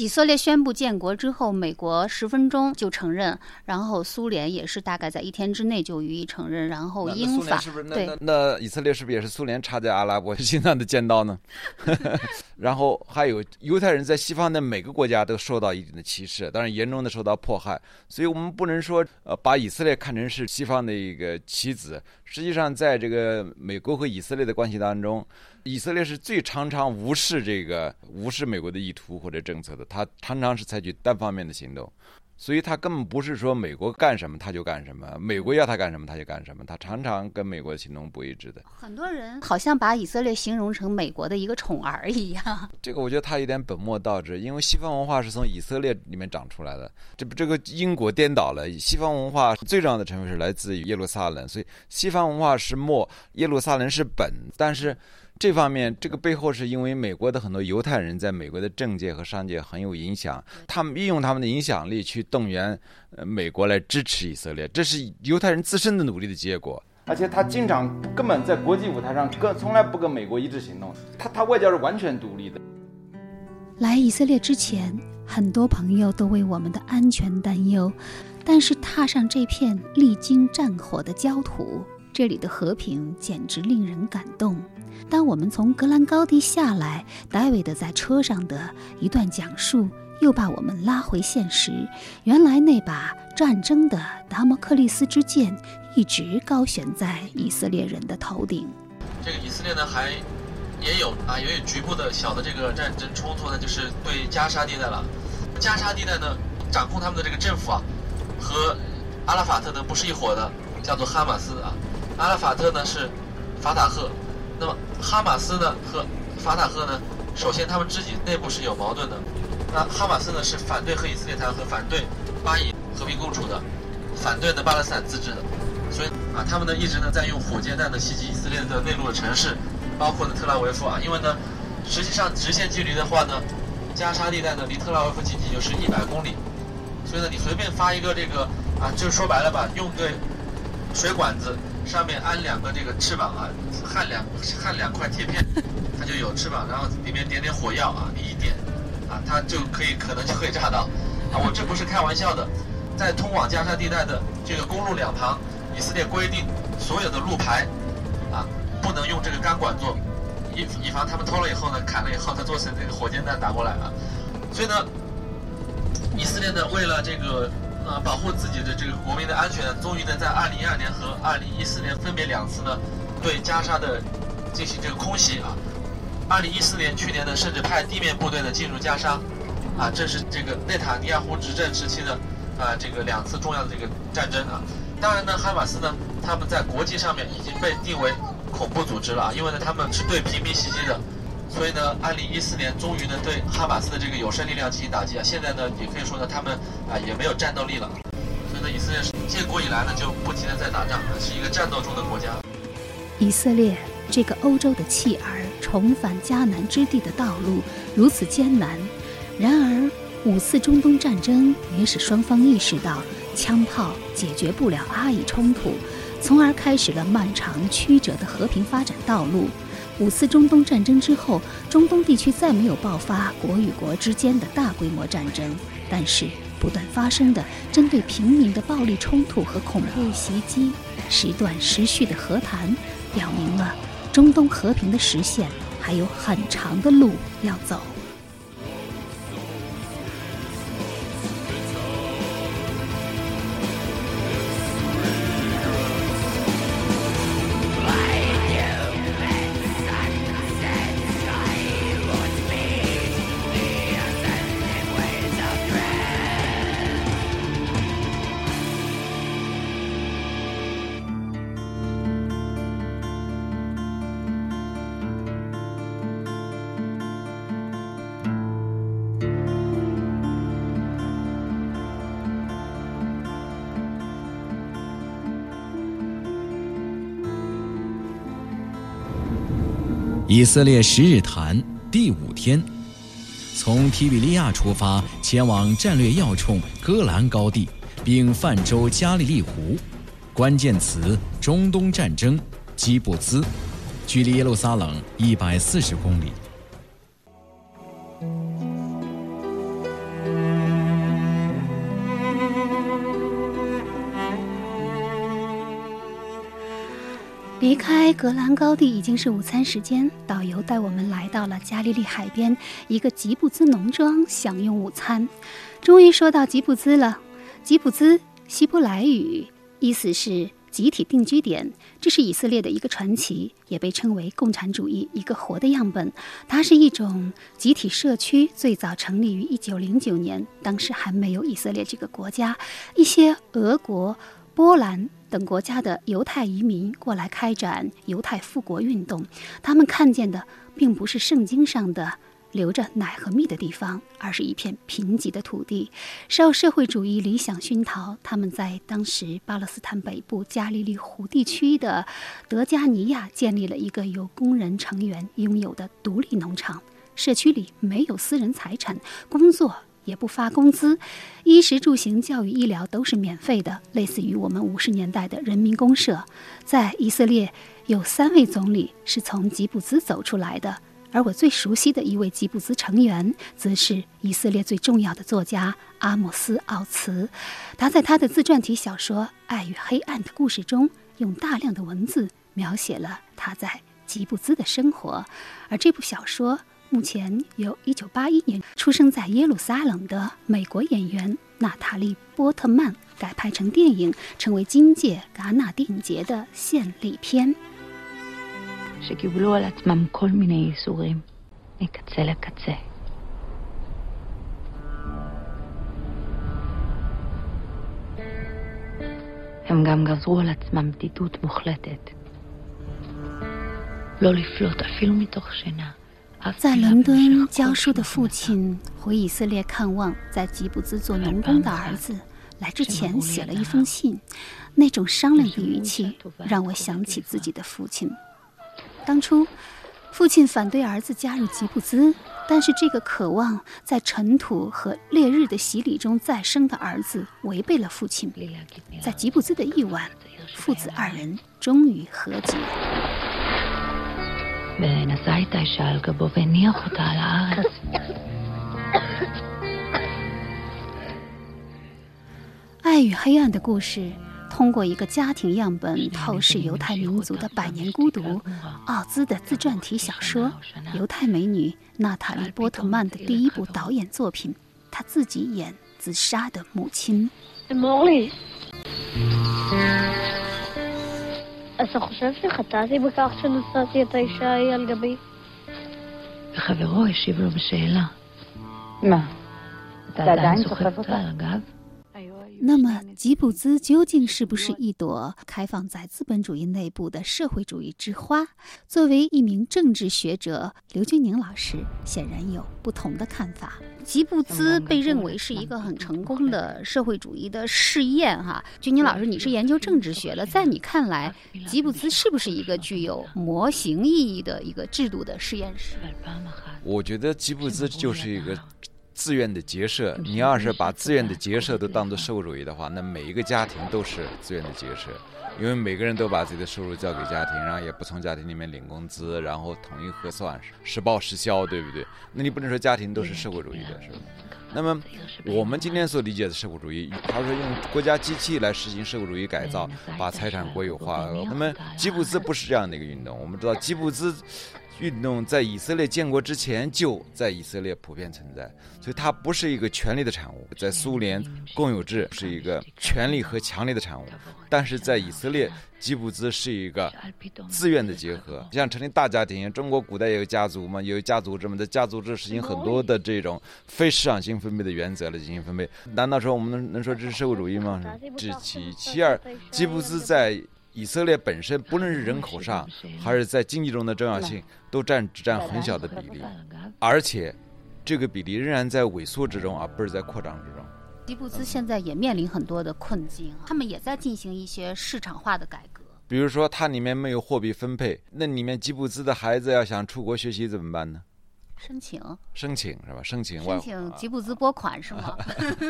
以色列宣布建国之后，美国十分钟就承认，然后苏联也是大概在一天之内就予以承认，然后英法是不是那对那, 那以色列是不是也是苏联插在阿拉伯心脏的剑刀呢？然后还有犹太人在西方的每个国家都受到一定的歧视，当然严重的受到迫害，所以我们不能说呃把以色列看成是西方的一个棋子。实际上，在这个美国和以色列的关系当中，以色列是最常常无视这个无视美国的意图或者政策的，他常常是采取单方面的行动，所以他根本不是说美国干什么他就干什么，美国要他干什么他就干什么，他常常跟美国的行动不一致的。 很多人好像把以色列形容成美国的一个宠儿一样。 这个我觉得他有点本末倒置，因为西方文化是从以色列里面长出来的，这这个因果颠倒了。西方文化最重要的成分是来自于耶路撒冷，所以西方文化是末，耶路撒冷是本。但是这方面，这个背后是因为美国的很多犹太人在美国的政界和商界很有影响，他们运用他们的影响力去动员呃美国来支持以色列，这是犹太人自身的努力的结果。而且他经常根本在国际舞台上跟从来不跟美国一致行动，他他外交是完全独立的。 来以色列之前，很多朋友都为我们的安全担忧，但是踏上这片历经战火的焦土，这里的和平简直令人感动。当我们从格兰高地下来，戴维的在车上的一段讲述又把我们拉回现实。原来那把战争的达摩克利斯之剑一直高悬在以色列人的头顶。 这个以色列呢还也有啊也有局部的小的这个战争冲突呢，就是对加沙地带了。加沙地带呢掌控他们的这个政府啊和阿拉法特呢不是一伙的，叫做哈马斯啊。阿拉法特呢是法塔赫，那么哈马斯呢和法塔赫呢，首先他们自己内部是有矛盾的。那哈马斯呢是反对和以色列谈和，反对巴以和平共处的，反对呢巴勒斯坦自治的。所以啊，他们呢一直呢在用火箭弹呢袭击以色列的内陆的城市，包括呢特拉维夫啊。因为呢，实际上直线距离的话呢，加沙地带呢离特拉维夫仅仅就是一百公里，所以呢你随便发一个这个啊，就是说白了吧，用个水管子上面安两个这个翅膀啊，焊两焊两块铁片，它就有翅膀，然后里面点点火药啊，你一点啊，它就可以可能就可以炸到啊。我这不是开玩笑的，在通往加沙地带的这个公路两旁，以色列规定所有的路牌啊不能用这个钢管做，以以防他们偷了以后呢，砍了以后它做成这个火箭弹打过来啊。所以呢，以色列呢为了这个呃保护自己的这个国民的安全，终于呢在二零一二年和二零一四年分别两次呢对加沙的进行这个空袭啊。二零一四年去年呢甚至派地面部队呢进入加沙啊，这是这个内塔尼亚胡执政时期的啊这个两次重要的这个战争啊。当然呢，哈马斯呢他们在国际上面已经被定为恐怖组织了啊，因为呢他们是对平民袭击的。所以呢，二零一四年终于呢对哈马斯的这个有生力量进行打击啊。现在呢，也可以说呢，他们啊也没有战斗力了。所以呢，以色列建国以来呢，就不停的在打仗，是一个战斗中的国家。 以色列这个欧洲的弃儿重返迦南之地的道路如此艰难，然而五次中东战争也使双方意识到枪炮解决不了阿以冲突，从而开始了漫长曲折的和平发展道路。五次中东战争之后，中东地区再没有爆发国与国之间的大规模战争，但是不断发生的针对平民的暴力冲突和恐怖袭击，时断时续的和谈，表明了中东和平的实现还有很长的路要走。 以色列十日谈第五天，从提比利亚出发，前往战略要冲戈兰高地，并泛舟加利利湖。关键词：中东战争，基布兹，距离耶路撒冷一百四十公里。 离开格兰高地已经是午餐时间，导游带我们来到了加利利海边一个吉布兹农庄享用午餐。终于说到吉布兹了。吉布兹希伯来语意思是集体定居点，这是以色列的一个传奇，也被称为共产主义一个活的样本。它是一种集体社区，最早成立于一九零九年，当时还没有以色列这个国家。一些俄国、波兰等国家的犹太移民过来开展犹太复国运动，他们看见的并不是圣经上的流着奶和蜜的地方，而是一片贫瘠的土地。受社会主义理想熏陶，他们在当时巴勒斯坦北部加利利湖地区的德加尼亚建立了一个由工人成员拥有的独立农场。社区里没有私人财产，工作也不发工资，衣食住行、教育、医疗都是免费的，类似于我们五十年代的人民公社。在以色列有三位总理是从吉布兹走出来的，而我最熟悉的一位吉布兹成员，则是以色列最重要的作家阿莫斯·奥茨。他在他的自传体小说《爱与黑暗的故事》中，用大量的文字描写了他在吉布兹的生活。而这部小说目前由一九八一年出生在耶路撒冷的美国演员娜塔莉·波特曼改拍成电影，成为今届戛纳电影节的献礼片。 שקיבלו על עצמם כל מיני איסורים מקצה לקצה. הם גם גזרו על עצמם בדידות מוחלטת. לא לפלוט אפילו מתוך שינה. 在伦敦教书的父亲回以色列看望在吉布兹做农工的儿子，来之前写了一封信，那种商量的语气让我想起自己的父亲。当初父亲反对儿子加入吉布兹，但是这个渴望在尘土和烈日的洗礼中再生的儿子违背了父亲。在吉布兹的一晚，父子二人终于和解。爱与黑暗的故事通过一个家庭样本透视犹太民族的百年孤独。奥兹的自传体小说《犹太美女娜塔莉·波特曼》的第一部导演作品，她自己演自杀的母亲。 אתה חושב שחטאתי בכך שנשאתי את האישה ההיא על גבי? וחברו השיב לו בשאלה. מה? אתה עדיין סוחב אותה על הגב? 那么吉布兹究竟是不是一朵开放在资本主义内部的社会主义之花？作为一名政治学者，刘军宁老师显然有不同的看法。 吉布兹被认为是一个很成功的社会主义的试验哈。军宁老师，你是研究政治学的，在你看来，吉布兹是不是一个具有模型意义的一个制度的实验室？ 我觉得吉布兹就是一个自愿的结社。你要是把自愿的结社都当作社会主义的话，那每一个家庭都是自愿的结社，因为每个人都把自己的收入交给家庭，然后也不从家庭里面领工资，然后统一核算，实报实销，对不对？那你不能说家庭都是社会主义的，是吧？那么我们今天所理解的社会主义，它是用国家机器来实行社会主义改造，把财产国有化。那么吉布兹不是这样的一个运动。我们知道吉布兹运动在以色列建国之前就在以色列普遍存在，所以它不是一个权力的产物。在苏联，公有制是一个权力和强力的产物，但是在以色列，吉布兹是一个自愿的结合。像成立大家庭，中国古代也有家族嘛，也有家族制嘛，在家族制实行很多的这种非市场性分配的原则来进行分配。难道说我们能能说这是社会主义吗？这其其二，吉布兹在以色列本身，不论是人口上还是在经济中的重要性，都占只占很小的比例，而且这个比例仍然在萎缩之中，而不是在扩张之中。 吉布兹现在也面临很多的困境，他们也在进行一些市场化的改革。 比如说，它里面没有货币分配，那里面吉布兹的孩子要想出国学习怎么办呢？ 申请， 申请是吧？申请申请吉布兹拨款是吗？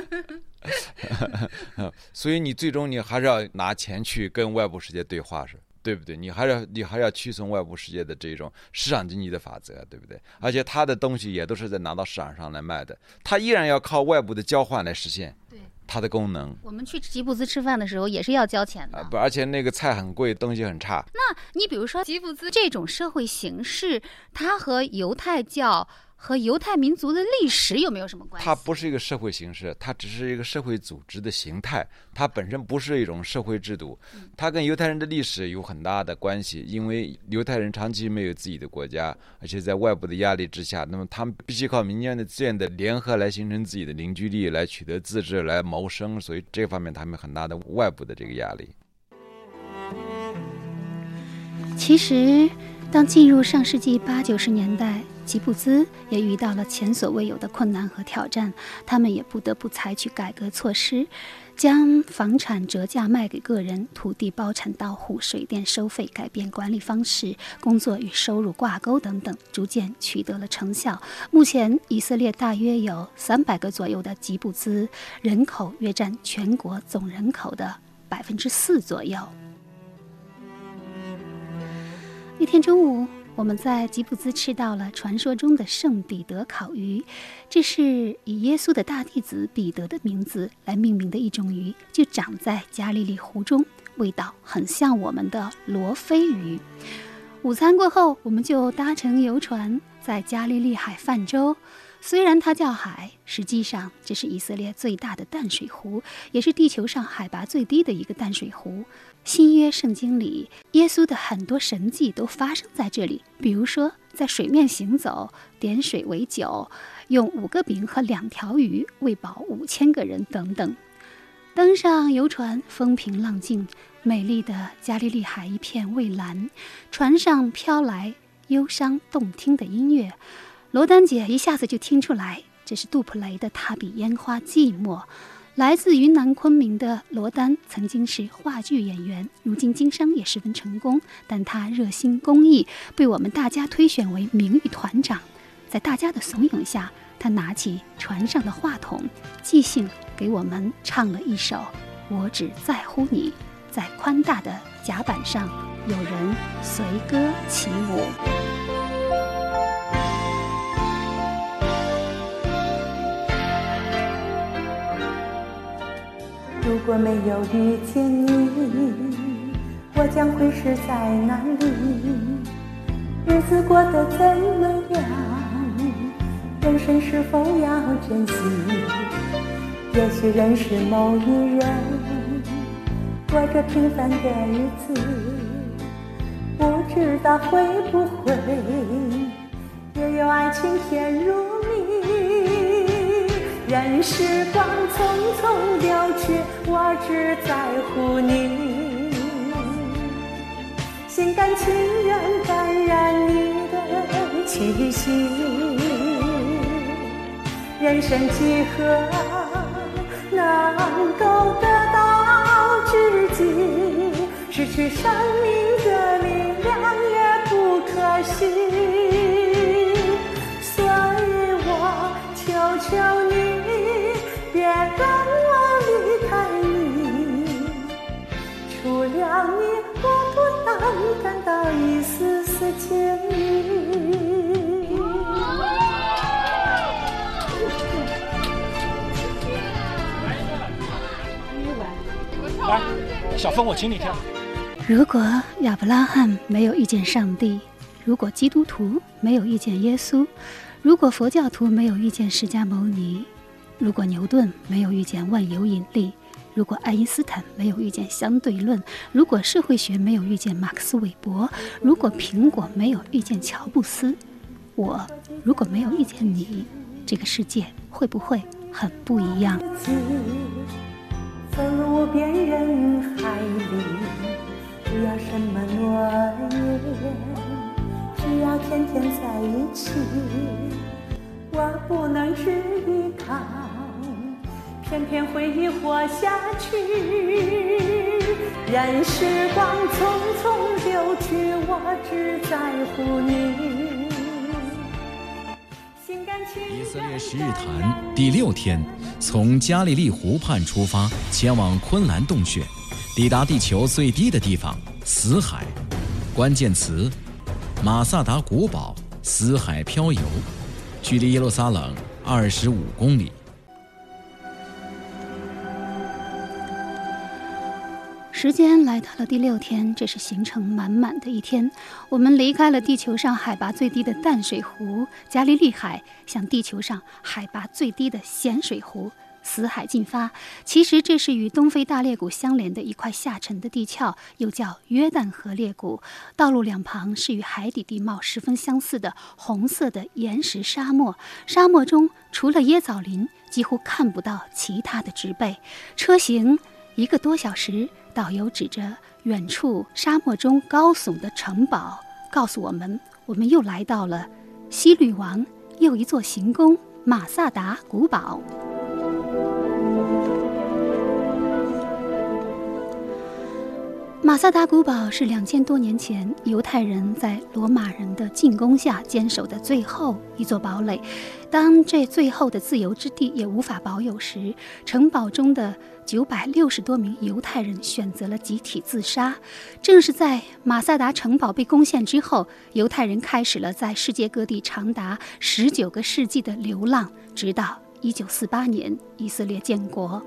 所以你最终你还是要拿钱去跟外部世界对话，是对不对？你还是你还是要屈从外部世界的这种市场经济的法则，对不对？而且他的东西也都是在拿到市场上来卖的，他依然要靠外部的交换来实现。 它的功能。 我们去吉布兹吃饭的时候也是要交钱的， 啊、不，而且那个菜很贵，东西很差。 那你比如说吉布兹这种社会形式，它和犹太教和犹太民族的历史有没有什么关系？ 它不是一个社会形式，它只是一个社会组织的形态，它本身不是一种社会制度。它跟犹太人的历史有很大的关系，因为犹太人长期没有自己的国家，而且在外部的压力之下，那么他们必须靠民间的资源的联合来形成自己的凝聚力，来取得自治，来谋生，所以这方面他们很大的外部的这个压力。 其实当进入上世纪八九十年代，吉布兹也遇到了前所未有的困难和挑战，他们也不得不采取改革措施，将房产折价卖给个人，土地包产到户，水电收费改变管理方式，工作与收入挂钩等等，逐渐取得了成效。目前以色列大约有三百个左右的吉布兹，人口约占全国总人口的百分之四左右。那天中午，我们在吉布兹吃到了传说中的圣彼得烤鱼，这是以耶稣的大弟子彼得的名字来命名的一种鱼，就长在加利利湖中，味道很像我们的罗非鱼。午餐过后，我们就搭乘游船在加利利海泛舟。虽然它叫海，实际上这是以色列最大的淡水湖，也是地球上海拔最低的一个淡水湖。新约圣经里，耶稣的很多神迹都发生在这里，比如说在水面行走，点水为酒，用五个饼和两条鱼喂饱五千个人等等。登上游船，风平浪静，美丽的加利利海一片蔚蓝，船上飘来忧伤动听的音乐。罗丹姐一下子就听出来，这是杜普雷的《踏比烟花寂寞》。来自云南昆明的罗丹曾经是话剧演员，如今经商也十分成功，但他热心公益，被我们大家推选为名誉团长。在大家的怂恿下，他拿起船上的话筒，即兴给我们唱了一首《我只在乎你》。在宽大的甲板上，有人随歌起舞。 如果没有遇见你，我将会是在哪里？日子过得怎么样？人生是否要珍惜？也许认识某一人，过着平凡的日子，不知道会不会也有爱情甜如蜜。任时光匆匆流去，我只在乎你，心甘情愿感染你的气息。人生几何能够得到知己？失去生命的力量也不可惜。所以我求求你，别让我离开你，除了你，我不能感到一丝丝情意。 来，小峰，我请你跳。 如果亚伯拉罕没有遇见上帝，如果基督徒没有遇见耶稣，如果佛教徒没有遇见释迦牟尼，如果牛顿没有遇见万有引力，如果爱因斯坦没有遇见相对论，如果社会学没有遇见马克思韦伯，如果苹果没有遇见乔布斯，我如果没有遇见你，这个世界会不会很不一样？ 走入无边人海里，不要什么诺言，只要天天在一起。我不能只依靠，偏偏回忆活下去。任时光匆匆流去，我只在乎你。 以色列十日谈第六天，从加利利湖畔出发，前往昆兰洞穴，抵达地球最低的地方死海。关键词：马萨达古堡，死海漂游，距离耶路撒冷二十五公里。 时间来到了第六天，这是行程满满的一天。我们离开了地球上海拔最低的淡水湖加利利海，向地球上海拔最低的咸水湖死海进发。其实这是与东非大裂谷相连的一块下沉的地壳，又叫约旦河裂谷。道路两旁是与海底地貌十分相似的红色的岩石沙漠，沙漠中除了椰枣林，几乎看不到其他的植被。车行一个多小时，导游指着远处沙漠中高耸的城堡，告诉我们，我们又来到了西律王又一座行宫——马萨达古堡。马萨达古堡是两千多年前犹太人在罗马人的进攻下坚守的最后一座堡垒。当这最后的自由之地也无法保有时，城堡中的九百六十多名犹太人选择了集体自杀。正是在马萨达城堡被攻陷之后，犹太人开始了在世界各地长达十九个世纪的流浪，直到一九四八年以色列建国。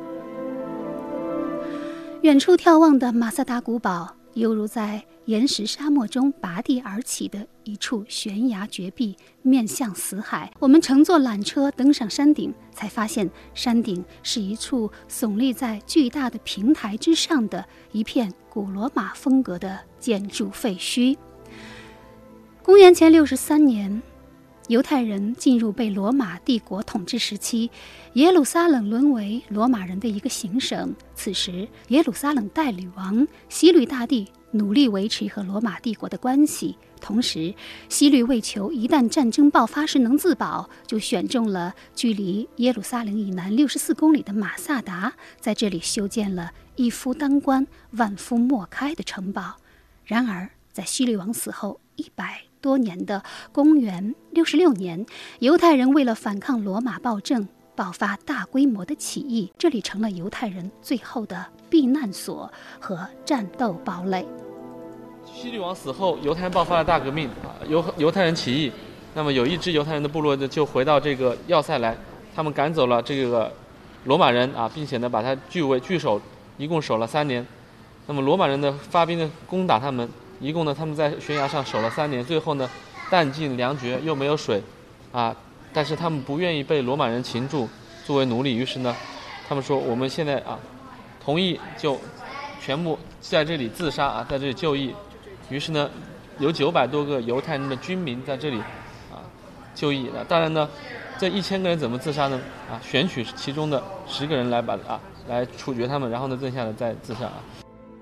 远处眺望的马萨达古堡，犹如在岩石沙漠中拔地而起的一处悬崖绝壁，面向死海。我们乘坐缆车登上山顶，才发现山顶是一处耸立在巨大的平台之上的一片古罗马风格的建筑废墟。公元前六十三年，犹太人进入被罗马帝国统治时期，耶路撒冷沦为罗马人的一个行省。此时，耶路撒冷代理王希律大帝努力维持和罗马帝国的关系，同时希律为求一旦战争爆发时能自保，就选中了距离耶路撒冷以南六十四公里的马萨达，在这里修建了一夫当关万夫莫开的城堡。然而在希律王死后一百多年的公元六十六年，犹太人为了反抗罗马暴政，爆发大规模的起义，这里成了犹太人最后的避难所和战斗堡垒。 希律王死后，犹太人爆发了大革命啊，犹犹太人起义。那么有一支犹太人的部落就回到这个要塞来，他们赶走了这个罗马人啊，并且呢把他据为据守，一共守了三年。那么罗马人呢发兵呢攻打他们。一共呢，他们在悬崖上守了三年，最后呢，弹尽粮绝，又没有水，啊，但是他们不愿意被罗马人擒住作为奴隶，于是呢，他们说我们现在啊，同意就全部在这里自杀啊，在这里就义。于是呢，有九百多个犹太人的军民在这里啊就义了。当然呢，这一千个人怎么自杀呢？啊，选取其中的十个人来把啊来处决他们，然后呢，剩下的再自杀啊。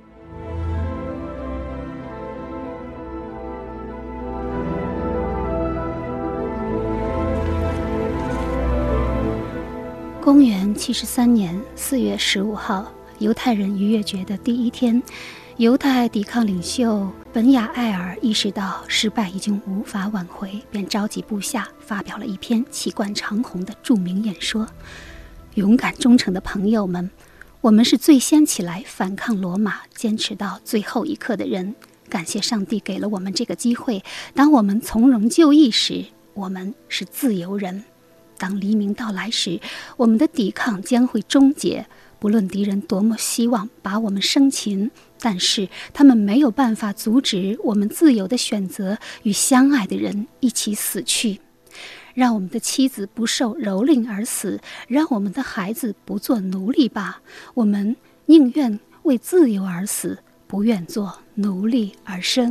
公元七十三年四月十五号，犹太人逾越节的第一天，犹太抵抗领袖本雅艾尔意识到失败已经无法挽回，便召集部下发表了一篇气贯长虹的著名演说：勇敢忠诚的朋友们，我们是最先起来反抗罗马，坚持到最后一刻的人。感谢上帝给了我们这个机会，当我们从容就义时，我们是自由人。当黎明到来时，我们的抵抗将会终结。不论敌人多么希望把我们生擒，但是他们没有办法阻止我们自由的选择与相爱的人一起死去。让我们的妻子不受蹂躏而死，让我们的孩子不做奴隶吧。我们宁愿为自由而死，不愿做奴隶而生。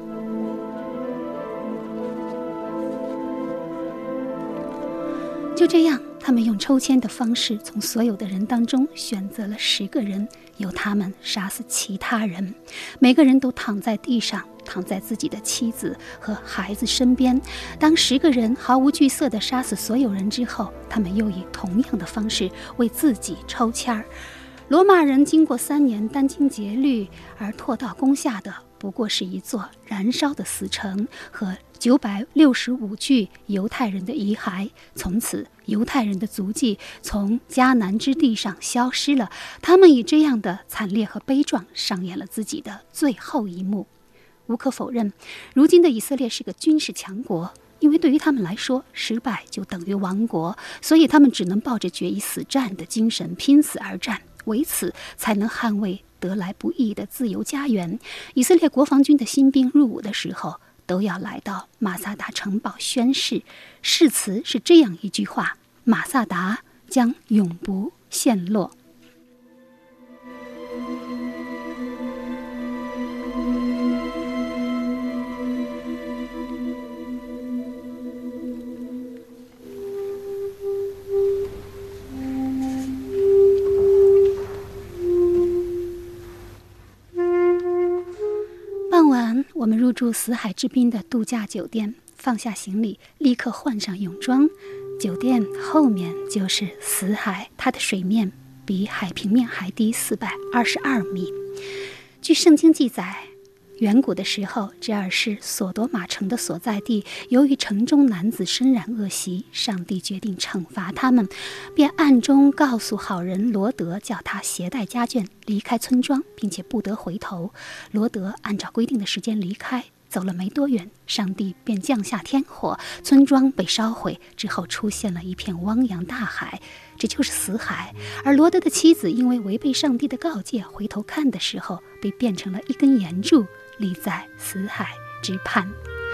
就这样，他们用抽签的方式从所有的人当中选择了十个人，由他们杀死其他人。每个人都躺在地上，躺在自己的妻子和孩子身边。当十个人毫无惧色地杀死所有人之后，他们又以同样的方式为自己抽签儿。罗马人经过三年殚精竭虑而拓到攻下的，不过是一座燃烧的死城和九百六十五具犹太人的遗骸。从此，犹太人的足迹从迦南之地上消失了。他们以这样的惨烈和悲壮上演了自己的最后一幕。无可否认，如今的以色列是个军事强国，因为对于他们来说，失败就等于亡国，所以他们只能抱着决一死战的精神拼死而战，为此才能捍卫得来不易的自由家园，以色列国防军的新兵入伍的时候，都要来到马萨达城堡宣誓。誓词是这样一句话：马萨达将永不陷落。我们入住死海之滨的度假酒店，放下行李，立刻换上泳装。酒店后面就是死海，它的水面比海平面还低四百二十二米。据圣经记载，远古的时候，这儿是索多玛城的所在地。由于城中男子身染恶习，上帝决定惩罚他们，便暗中告诉好人罗德，叫他携带家眷离开村庄，并且不得回头。罗德按照规定的时间离开，走了没多远，上帝便降下天火，村庄被烧毁，之后出现了一片汪洋大海，这就是死海。而罗德的妻子因为违背上帝的告诫，回头看的时候，被变成了一根岩柱，立在死海之畔。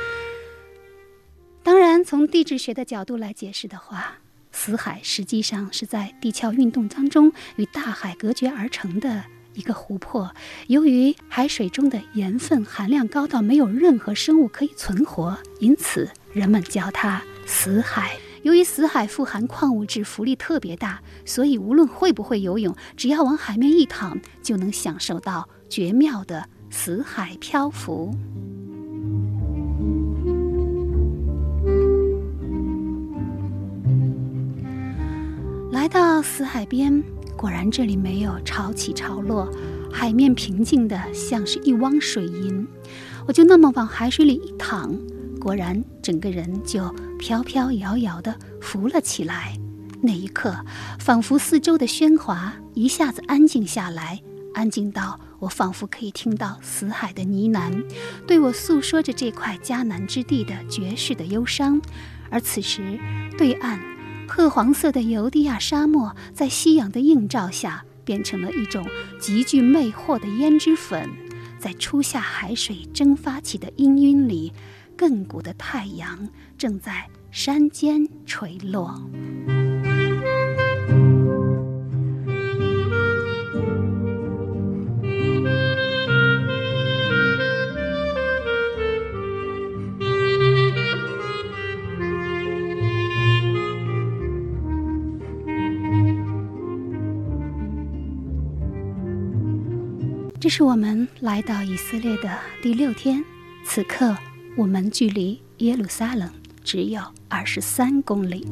当然，从地质学的角度来解释的话，死海实际上是在地壳运动当中与大海隔绝而成的一个湖泊。由于海水中的盐分含量高到没有任何生物可以存活，因此人们叫它死海。由于死海富含矿物质，浮力特别大，所以无论会不会游泳，只要往海面一躺，就能享受到绝妙的死海漂浮。来到死海边，果然这里没有潮起潮落，海面平静的像是一汪水银。我就那么往海水里一躺，果然整个人就飘飘摇摇地浮了起来。那一刻，仿佛四周的喧哗一下子安静下来，安静到我仿佛可以听到死海的呢喃，对我诉说着这块迦南之地的绝世的忧伤。而此时，对岸褐黄色的犹地亚沙漠在夕阳的映照下，变成了一种极具魅惑的胭脂粉。在初夏海水蒸发起的氤氲里，亘古的太阳正在山间垂落。这是我们来到以色列的第六天，此刻我们距离耶路撒冷只有二十三公里。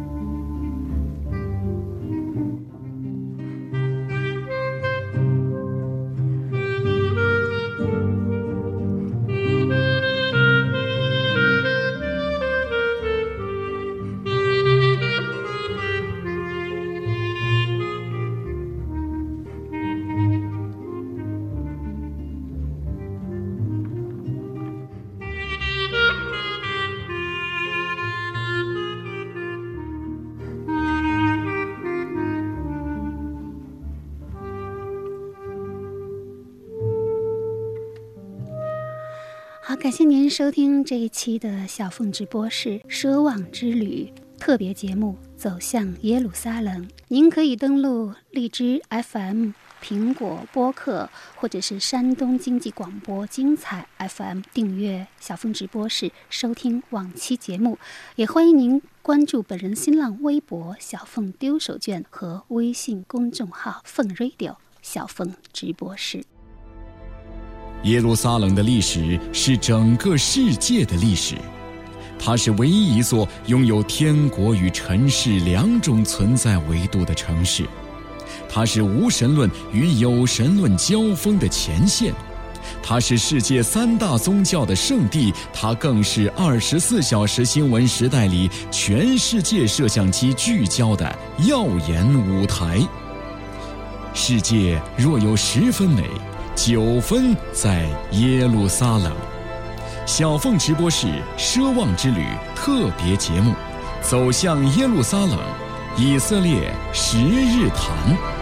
好，感谢您收听这一期的小凤直播室奢望之旅特别节目《走向耶路撒冷》。您可以登录荔枝 F M、 苹果播客或者是山东经济广播精彩 F M 订阅小凤直播室，收听往期节目。也欢迎您关注本人新浪微博小凤丢手绢和微信公众号凤 radio 小凤直播室。 耶路撒冷的历史是整个世界的历史，它是唯一一座拥有天国与尘世两种存在维度的城市，它是无神论与有神论交锋的前线，它是世界三大宗教的圣地，它更是二十四小时新闻时代里全世界摄像机聚焦的耀眼舞台。世界若有十分美，九分在耶路撒冷。小凤直播室奢望之旅特别节目，走向耶路撒冷，以色列十日谈。